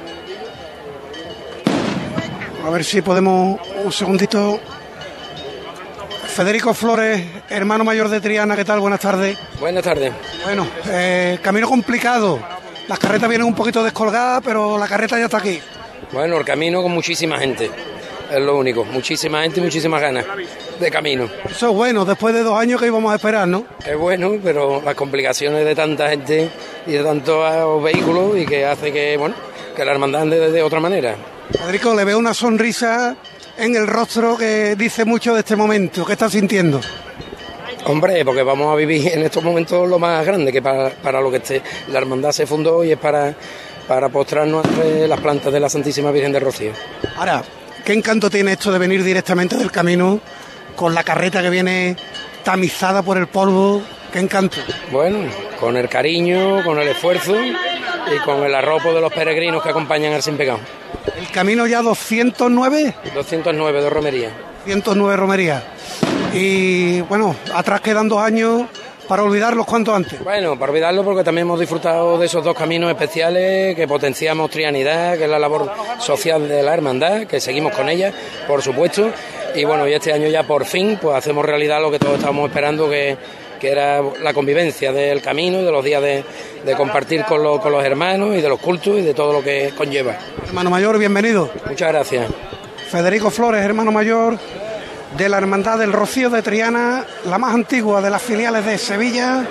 a ver si podemos, un segundito. Federico Flores, hermano mayor de Triana, ¿qué tal? Buenas tardes. Buenas tardes. Bueno, camino complicado, las carretas vienen un poquito descolgadas, pero la carreta ya está aquí. Bueno, el camino con muchísima gente, es lo único, muchísima gente y muchísimas ganas de camino. Eso es bueno, después de 2 años que íbamos a esperar, ¿no? Es bueno, pero las complicaciones de tanta gente y de tantos vehículos, y que hace que, bueno, que la hermandad ande de otra manera. Federico, le veo una sonrisa en el rostro que dice mucho de este momento. ¿Qué estás sintiendo? Hombre, porque vamos a vivir en estos momentos lo más grande, que para lo que la hermandad se fundó, y es para postrarnos ante las plantas de la Santísima Virgen de Rocío. Ahora, ¿qué encanto tiene esto de venir directamente del camino con la carreta que viene tamizada por el polvo? ¿Qué encanto? Bueno, con el cariño, con el esfuerzo y con el arropo de los peregrinos que acompañan al Sin Pecado. ¿El camino ya 209? 209 de romería. 109 romería. Y bueno, atrás quedan 2 años para olvidarlos cuanto antes. Bueno, para olvidarlo, porque también hemos disfrutado de esos 2 caminos especiales, que potenciamos Trianidad, que es la labor social de la hermandad, que seguimos con ella, por supuesto. Y bueno, y este año ya por fin pues hacemos realidad lo que todos estábamos esperando, que era la convivencia del camino y de los días de compartir con los hermanos y de los cultos y de todo lo que conlleva. Hermano mayor, bienvenido. Muchas gracias. Federico Flores, hermano mayor de la Hermandad del Rocío de Triana, la más antigua de las filiales de Sevilla,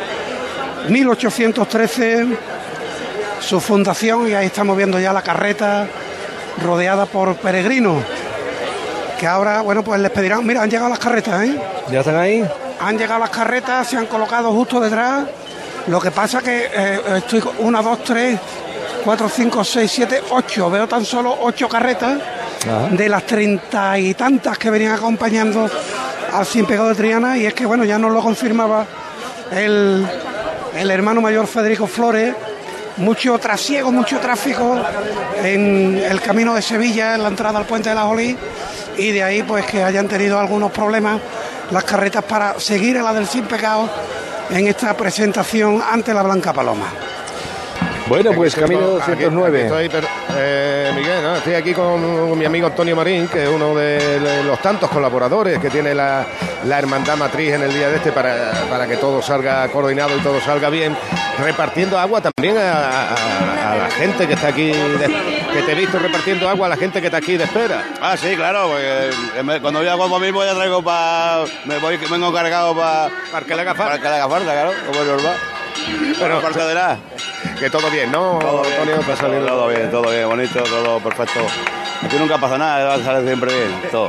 1813, su fundación, y ahí estamos viendo ya la carreta rodeada por peregrinos, que ahora, bueno, pues les pedirán. Mira, han llegado las carretas, ¿eh? ¿Ya están ahí? Han llegado las carretas, se han colocado justo detrás. Lo que pasa que estoy 1, 2, 3, 4, 5, 6, 7, 8. Veo tan solo 8 carretas de las 30 y tantas que venían acompañando al Sin Pecado de Triana. Y es que, bueno, ya nos lo confirmaba el hermano mayor Federico Flores. Mucho trasiego, mucho tráfico en el camino de Sevilla, en la entrada al Puente de la Oley, y de ahí pues que hayan tenido algunos problemas las carretas para seguir a la del Sin Pecado en esta presentación ante la Blanca Paloma. Bueno, pues camino 209. Miguel, ¿no? Estoy aquí con mi amigo Antonio Marín, que es uno de los tantos colaboradores que tiene la hermandad matriz en el día de este, para que todo salga coordinado y todo salga bien, repartiendo agua también a la gente que está aquí, que te he visto repartiendo agua a la gente que está aquí de espera. Ah, sí, claro, porque cuando voy a agua para mí, traigo vengo cargado para que le haga falta. Para que le haga falta, claro, como es normal. Bueno, Parcaderá. Que todo bien, ¿no, Antonio? Todo bien, bonito, todo perfecto. Aquí nunca pasa nada, sale siempre bien, todo.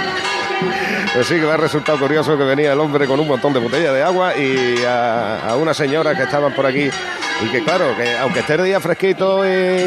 Pues sí, que me ha resultado curioso que venía el hombre con un montón de botellas de agua y a una señora que estaban por aquí. Y que claro, que aunque esté el día fresquito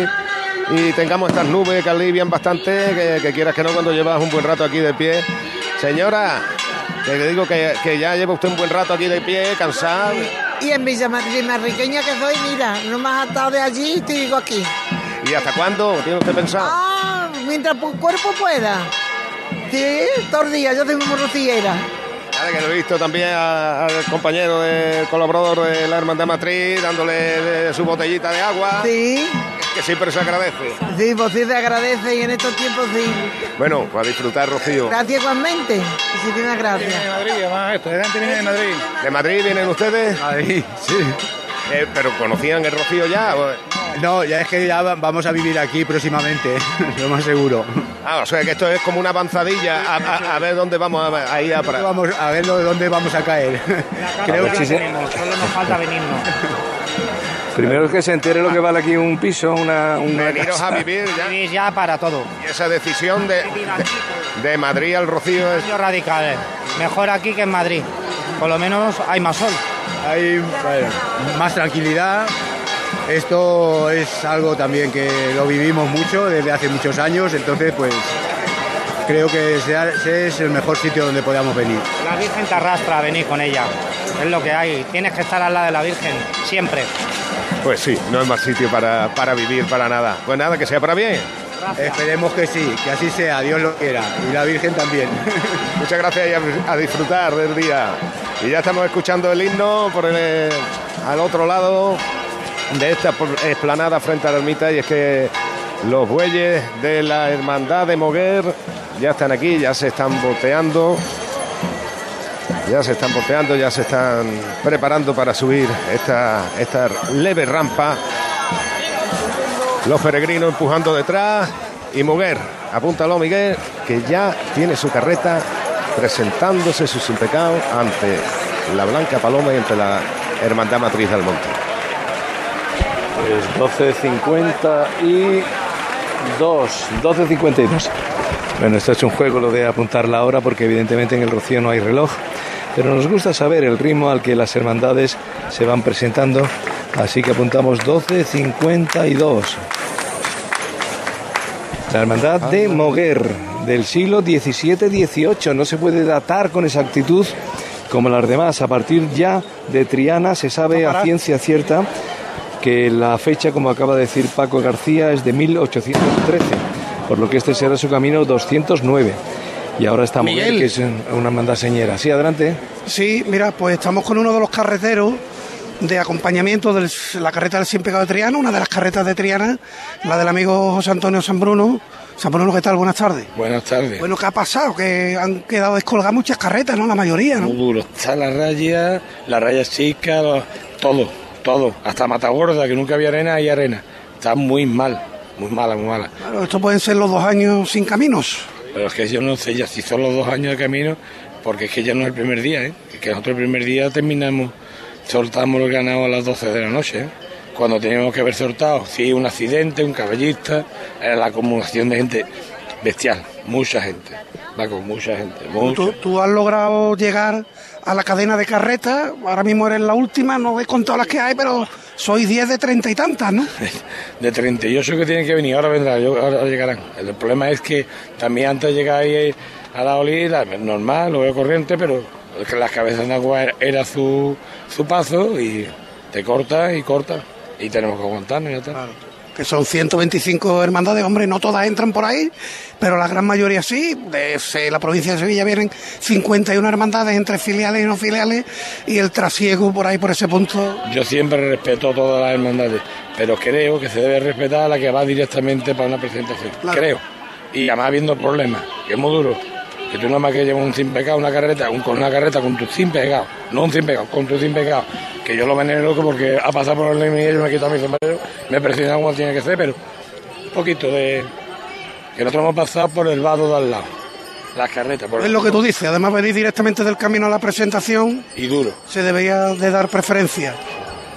y tengamos estas nubes que alivian bastante, que quieras que no, cuando llevas un buen rato aquí de pie. Señora, que le digo que ya lleva usted un buen rato aquí de pie, cansado. Y en Villa Madrid Marriqueña que soy, mira, no me has atado de allí y te digo aquí. ¿Y hasta cuándo tiene usted pensado? Mientras el cuerpo pueda. Sí, todos los días, yo soy muy rociera. Ahora que lo he visto también al compañero, colaborador de la Hermandad Matriz, dándole su botellita de agua. Sí. Que siempre se agradece. Sí, pues sí se agradece y en estos tiempos sí. Bueno, para disfrutar, Rocío. Gracias igualmente. Muchísimas gracias. De Madrid, además esto, delante viene de Madrid. ¿De Madrid vienen ustedes? Ahí, sí. ¿Pero conocían el Rocío ya? No, ya es que ya vamos a vivir aquí próximamente, lo más seguro. O sea que esto es como una avanzadilla a ver dónde vamos a ir a parar. Vamos a ver dónde vamos a caer. Creo que tenemos, solo nos falta venirnos. Primero es que se entere lo que vale aquí un piso, una veniros casa. a vivir ya. Vivir ya para todo. Y esa decisión de Madrid al Rocío es... Radicales. Mejor aquí que en Madrid. Por lo menos hay más sol. Hay más tranquilidad. Esto es algo también que lo vivimos mucho desde hace muchos años, entonces pues creo que es el mejor sitio donde podamos venir. La Virgen te arrastra a venir con ella, es lo que hay, tienes que estar al lado de la Virgen, siempre. Pues sí, no es más sitio para vivir, para nada. Pues nada, que sea para bien. Gracias. Esperemos que sí, que así sea, Dios lo quiera, y la Virgen también. Muchas gracias y a disfrutar del día. Y ya estamos escuchando el himno al otro lado de esta explanada frente a la ermita, y es que los bueyes de la Hermandad de Moguer ya están aquí, ya se están volteando, ya se están preparando para subir esta leve rampa. Los peregrinos empujando detrás y Moguer, apúntalo Miguel, que ya tiene su carreta presentándose sus sin pecado ante la Blanca Paloma y ante la Hermandad Matriz del Monte. Pues 12:52. Bueno, esto es un juego lo de apuntar la hora, porque evidentemente en el Rocío no hay reloj, pero nos gusta saber el ritmo al que las hermandades se van presentando, así que apuntamos 12:52. La Hermandad de Moguer del siglo XVII-XVIII no se puede datar con exactitud como las demás. A partir ya de Triana se sabe a ciencia cierta que la fecha, como acaba de decir Paco García, es de 1813, por lo que este será su camino 209. Y ahora está Moguer, que es una hermandad señera. Sí, adelante. Sí, mira, pues estamos con uno de los carreteros de acompañamiento de la carreta del Sin Pecado de Triana, una de las carretas de Triana, la del amigo José Antonio Sanbruno. Sanbruno, ¿qué tal? Buenas tardes. Buenas tardes. Bueno, ¿qué ha pasado? Que han quedado descolgadas muchas carretas, ¿no? La mayoría, ¿no? Muy duro. Está la raya chica, todo. Hasta Matagorda, que nunca había arena, hay arena. Está muy mal, muy mala. Claro, esto pueden ser los 2 años sin caminos. Pero es que yo no sé ya si son los 2 años de camino, porque es que ya no es el primer día, ¿eh? Es que nosotros el primer día soltamos el ganado a las 12 de la noche, ¿eh? Cuando teníamos que haber soltado, sí, un accidente, un caballista, era la acumulación de gente bestial, mucha gente. ¿Tú has logrado llegar a la cadena de carretas? Ahora mismo eres la última, no he contado las que hay, pero sois 10 de 30 y tantas, ¿no? De 38 que tienen que venir, ahora vendrán, ahora llegarán. El problema es que también antes de llegar ahí a la olida, normal, lo veo corriente, pero las cabezas de agua era su paso y te corta, y tenemos que aguantarnos y ya está. Claro. Que son 125 hermandades, hombre, no todas entran por ahí, pero la gran mayoría sí. Desde la provincia de Sevilla vienen 51 hermandades entre filiales y no filiales, y el trasiego por ahí, por ese punto. Yo siempre respeto todas las hermandades, pero creo que se debe respetar a la que va directamente para una presentación, claro. Creo. Y además habiendo problemas, que es muy duro, que tú nada más que llevas un sin pecado, con una carreta con tu sin pecado, no un sin pecado, con tu sin pecado, que yo lo venero loco porque ha pasado por el ley y yo me he quitado mi sombrero, me he presionado como tiene que ser, pero un poquito de... que nosotros hemos pasado por el vado de al lado, las carretas. Es lo que tú dices, además venir directamente del camino a la presentación. Y duro. Se debería de dar preferencia.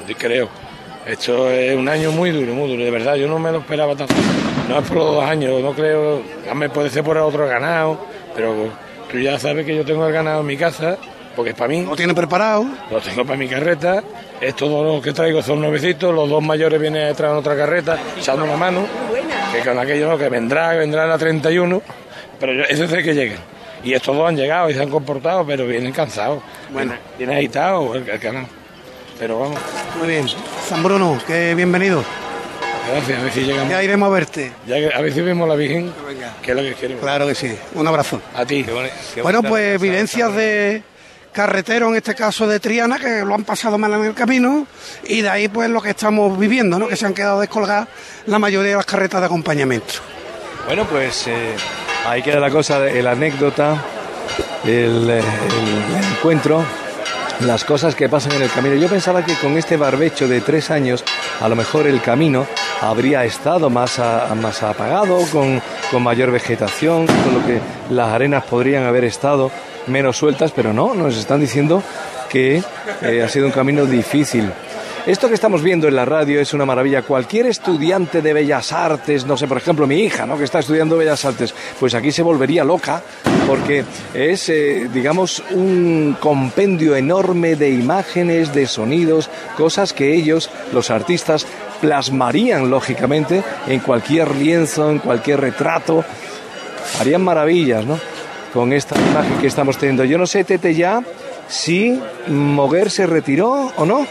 creo. Esto es un año muy duro, de verdad, yo no me lo esperaba tanto. No es por los 2 años, no creo, a mí puede ser por otro ganado, pero tú ya sabes que yo tengo el ganado en mi casa, porque es para mí. ¿Lo tiene preparado? Lo tengo para mi carreta, es todo lo que traigo, son nuevecitos, los 2 mayores vienen detrás en otra carreta, echando una mano, que con aquello no, que vendrá la 31, pero eso es que lleguen. Y estos 2 han llegado y se han comportado, pero vienen cansados, vienen agitados el ganado. Pero vamos. Muy bien. San Bruno, que bienvenido. Gracias, a ver si llegamos. Ya iremos a verte. A ver si vemos la Virgen, que es lo que queremos. Claro que sí. Un abrazo. A ti. Bueno, pues evidencias de carretero, en este caso de Triana, que lo han pasado mal en el camino, y de ahí pues lo que estamos viviendo, ¿no? Que se han quedado descolgadas la mayoría de las carretas de acompañamiento. Bueno, pues ahí queda la cosa, la anécdota, el encuentro, las cosas que pasan en el camino. Yo pensaba que con este barbecho de 3 años, a lo mejor el camino habría estado más apagado, con mayor vegetación, con lo que las arenas podrían haber estado menos sueltas, pero no, nos están diciendo que ha sido un camino difícil. Esto que estamos viendo en la radio es una maravilla. Cualquier estudiante de Bellas Artes, no sé, por ejemplo mi hija, ¿no?, que está estudiando Bellas Artes, pues aquí se volvería loca, porque es, digamos, un compendio enorme de imágenes, de sonidos, cosas que ellos, los artistas, plasmarían lógicamente en cualquier lienzo, en cualquier retrato. Harían maravillas, ¿no?, con esta imagen que estamos teniendo. Yo no sé, Tete, ya si Moguer se retiró o no.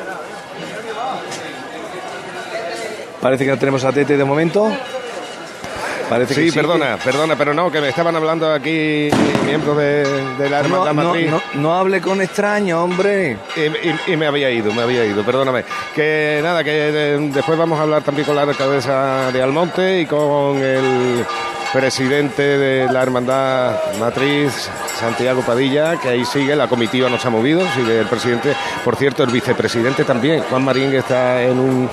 Parece que no tenemos a Tete de momento. Parece que sí. Perdona, pero no, que me estaban hablando aquí miembros de la Hermandad Matriz. No hable con extraños, hombre. Y me había ido, perdóname. Que nada, que después vamos a hablar también con la alcaldesa de Almonte y con el presidente de la Hermandad Matriz, Santiago Padilla, que ahí sigue, la comitiva no se ha movido, sigue el presidente. Por cierto, el vicepresidente también, Juan Marín, que está en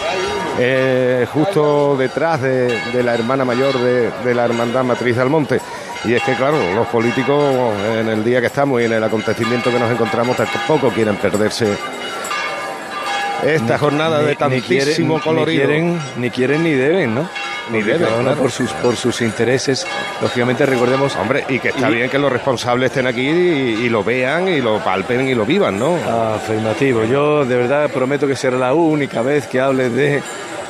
justo detrás de la hermana mayor de la Hermandad Matriz de Almonte. Y es que, claro, los políticos, en el día que estamos y en el acontecimiento que nos encontramos, tampoco quieren perderse esta jornada de tantísimo colorido. Ni quieren ni deben, ¿no? Ni deben, claro. por sus intereses, lógicamente. Recordemos, hombre, y que está bien que los responsables estén aquí y lo vean y lo palpen y lo vivan, ¿no? Afirmativo. Yo de verdad prometo que será la única vez que hable de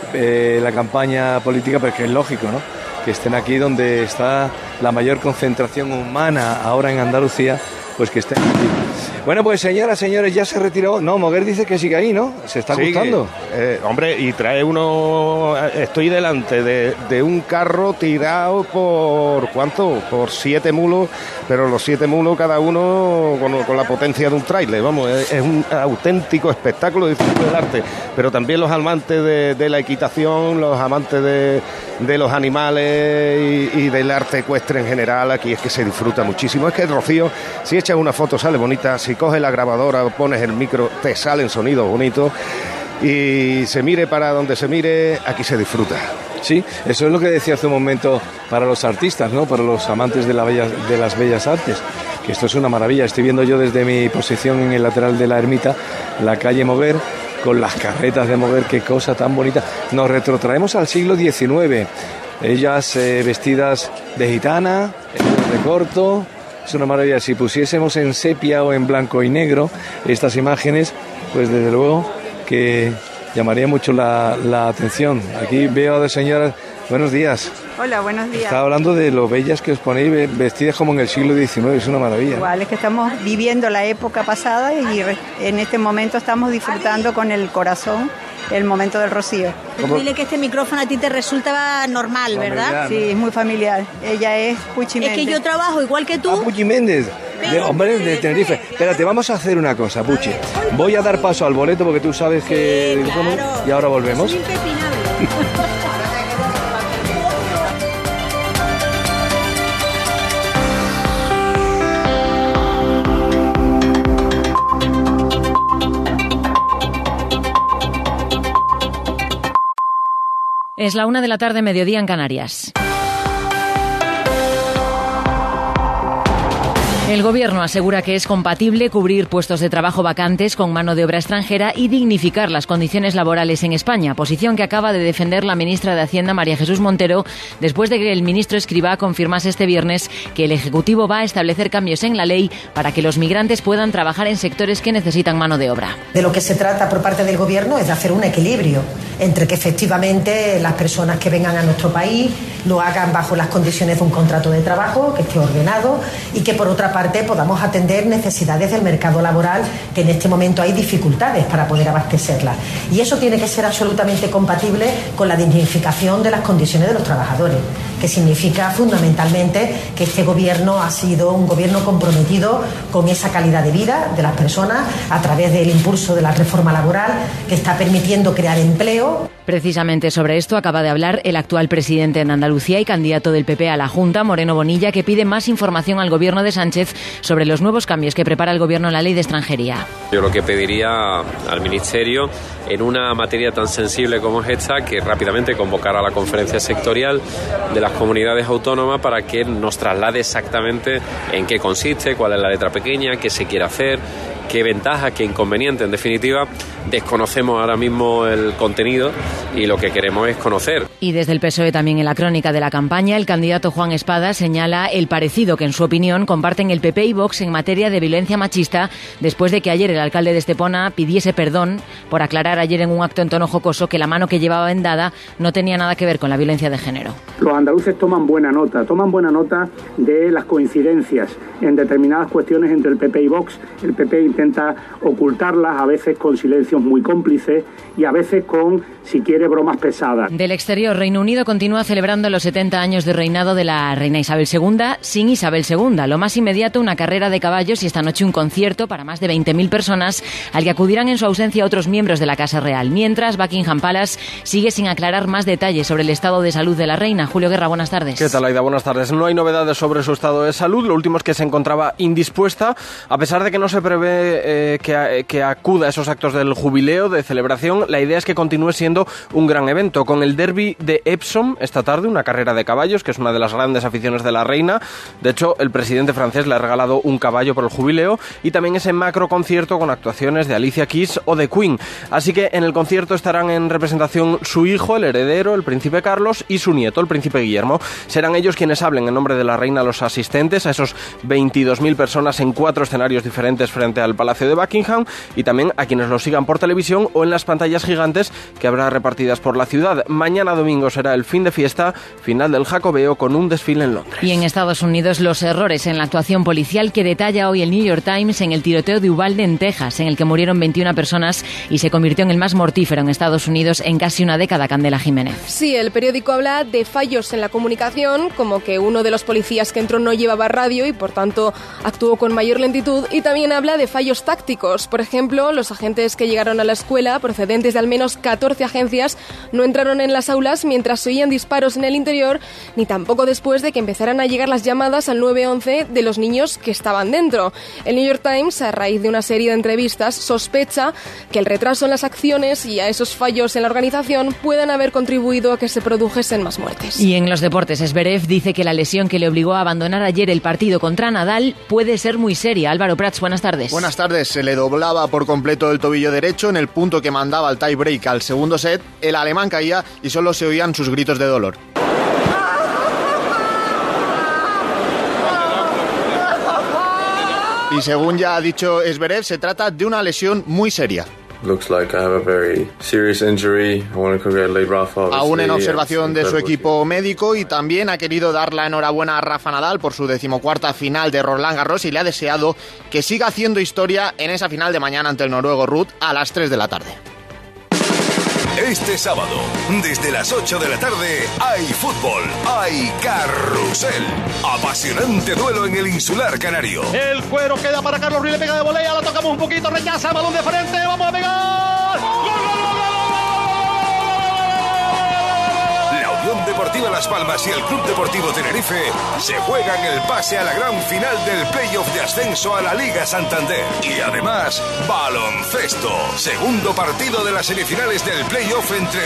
la campaña política, porque es lógico, ¿no?, que estén aquí donde está la mayor concentración humana ahora en Andalucía, pues que estén aquí. Bueno, pues señoras, señores, ya se retiró. No, Moguer dice que sigue ahí, ¿no? Se está gustando. Hombre, y trae uno... Estoy delante de un carro tirado por... ¿cuánto? Por 7 mulos, pero los 7 mulos cada uno con la potencia de un tráiler. Vamos, es un auténtico espectáculo del arte. Pero también los amantes de la equitación, los amantes de los animales y del arte ecuestre en general, aquí es que se disfruta muchísimo. Es que el Rocío, si echas una foto sale bonita, si coges la grabadora, pones el micro, te salen sonidos bonitos, y se mire para donde se mire, aquí se disfruta. Sí, eso es lo que decía hace un momento para los artistas, ¿no?, para los amantes de las bellas artes, que esto es una maravilla. Estoy viendo yo desde mi posición en el lateral de la ermita la calle Moguer, con las carretas de Moguer, qué cosa tan bonita. Nos retrotraemos al siglo XIX, ellas vestidas de gitana, de corto. Es una maravilla. Si pusiésemos en sepia o en blanco y negro estas imágenes, pues desde luego que llamaría mucho la atención. Aquí veo a 2 señoras. Buenos días. Hola, buenos días. Estaba hablando de lo bellas que os ponéis vestidas como en el siglo XIX, es una maravilla. Igual, es que estamos viviendo la época pasada y en este momento estamos disfrutando con el corazón el momento del Rocío. Dile que este micrófono a ti te resulta normal, ¿verdad? Sí, es muy familiar. Ella es Puchi Méndez. Es que yo trabajo igual que tú. Puchi Méndez, hombre, de Tenerife. Espérate, vamos a hacer una cosa, Puchi. Voy a dar paso al boleto porque tú sabes que... Sí, claro. Y ahora volvemos. Es impepinable. Es la 1 de la tarde, mediodía en Canarias. El Gobierno asegura que es compatible cubrir puestos de trabajo vacantes con mano de obra extranjera y dignificar las condiciones laborales en España, posición que acaba de defender la ministra de Hacienda, María Jesús Montero, después de que el ministro Escrivá confirmase este viernes que el Ejecutivo va a establecer cambios en la ley para que los migrantes puedan trabajar en sectores que necesitan mano de obra. De lo que se trata por parte del Gobierno es de hacer un equilibrio entre que efectivamente las personas que vengan a nuestro país lo hagan bajo las condiciones de un contrato de trabajo, que esté ordenado, y que por otra parte podamos atender necesidades del mercado laboral, que en este momento hay dificultades para poder abastecerlas. Y eso tiene que ser absolutamente compatible con la dignificación de las condiciones de los trabajadores, que significa fundamentalmente que este Gobierno ha sido un Gobierno comprometido con esa calidad de vida de las personas a través del impulso de la reforma laboral, que está permitiendo crear empleo. Precisamente sobre esto acaba de hablar el actual presidente en Andalucía y candidato del PP a la Junta, Moreno Bonilla, que pide más información al Gobierno de Sánchez sobre los nuevos cambios que prepara el Gobierno en la ley de extranjería. Yo lo que pediría al Ministerio, en una materia tan sensible como es esta, que rápidamente convocara la conferencia sectorial de las comunidades autónomas para que nos traslade exactamente en qué consiste, cuál es la letra pequeña, qué se quiere hacer, qué ventajas, qué inconvenientes. En definitiva, desconocemos ahora mismo el contenido y lo que queremos es conocer. Y desde el PSOE también en la crónica de la campaña, el candidato Juan Espada señala el parecido que en su opinión comparten el PP y Vox en materia de violencia machista, después de que ayer el alcalde de Estepona pidiese perdón por aclarar ayer en un acto en tono jocoso que la mano que llevaba vendada no tenía nada que ver con la violencia de género. Los andaluces toman buena nota de las coincidencias en determinadas cuestiones entre el PP y Vox. El PP intenta ocultarlas, a veces con silencios muy cómplices y a veces con, si quiere, bromas pesadas. Del exterior, Reino Unido continúa celebrando los 70 años de reinado de la reina Isabel II sin Isabel II. Lo más inmediato, una carrera de caballos y esta noche un concierto para más de 20.000 personas al que acudirán en su ausencia otros miembros de la Casa Real. Mientras, Buckingham Palace sigue sin aclarar más detalles sobre el estado de salud de la reina. Julio Guerra, buenas tardes. ¿Qué tal, Aida? Buenas tardes. No hay novedades sobre su estado de salud. Lo último es que se encontraba indispuesta, a pesar de que no se prevé que acuda a esos actos del jubileo, de celebración. La idea es que continúe siendo un gran evento, con el derby de Epsom esta tarde, una carrera de caballos, que es una de las grandes aficiones de la reina. De hecho, el presidente francés le ha regalado un caballo por el jubileo, y también ese macro concierto con actuaciones de Alicia Keys o de Queen. Así que en el concierto estarán en representación su hijo, el heredero, el príncipe Carlos, y su nieto, el príncipe Guillermo. Serán ellos quienes hablen en nombre de la reina a los asistentes, a esos 22.000 personas en 4 escenarios diferentes frente al Palacio de Buckingham, y también a quienes lo sigan por televisión o en las pantallas gigantes que habrá repartidas por la ciudad. Mañana domingo será el fin de fiesta, final del Jacobeo, con un desfile en Londres. Y en Estados Unidos, los errores en la actuación policial que detalla hoy el New York Times en el tiroteo de Uvalde, en Texas, en el que murieron 21 personas y se convirtió en el más mortífero en Estados Unidos en casi una década. Candela Jiménez. Sí, el periódico habla de fallos en la comunicación, como que uno de los policías que entró no llevaba radio y por tanto actuó con mayor lentitud, y también habla de fallos tácticos. Por ejemplo, los agentes que llegaron a la escuela, procedentes de al menos 14 agencias, no entraron en las aulas mientras se oían disparos en el interior, ni tampoco después de que empezaran a llegar las llamadas al 911 de los niños que estaban dentro. El New York Times, a raíz de una serie de entrevistas, sospecha que el retraso en las acciones y a esos fallos en la organización puedan haber contribuido a que se produjesen más muertes. Y en los deportes, Zverev dice que la lesión que le obligó a abandonar ayer el partido contra Nadal puede ser muy seria. Álvaro Prats, buenas tardes. Buenas tardes. Se le doblaba por completo el tobillo derecho en el punto que mandaba al tie break al segundo set. El alemán caía y solo se oían sus gritos de dolor. Y según ya ha dicho Zverev, se trata de una lesión muy seria. Aún en observación de su equipo médico, y también ha querido dar la enhorabuena a Rafa Nadal por su 14ª final de Roland Garros y le ha deseado que siga haciendo historia en esa final de mañana ante el noruego Ruud a las 3 de la tarde. Este sábado, desde las 8 de la tarde, hay fútbol, hay carrusel. Apasionante duelo en el Insular Canario. El cuero queda para Carlos Ruiz, le pega de volea, la tocamos un poquito, rechaza, balón de frente, vamos a pegar. ¡Gol, gol, gol, gol! La Unión Deportiva Las Palmas y el Club Deportivo Tenerife se juegan el pase a la gran final del playoff de ascenso a la Liga Santander. Y además, baloncesto. Segundo partido de las semifinales del playoff entre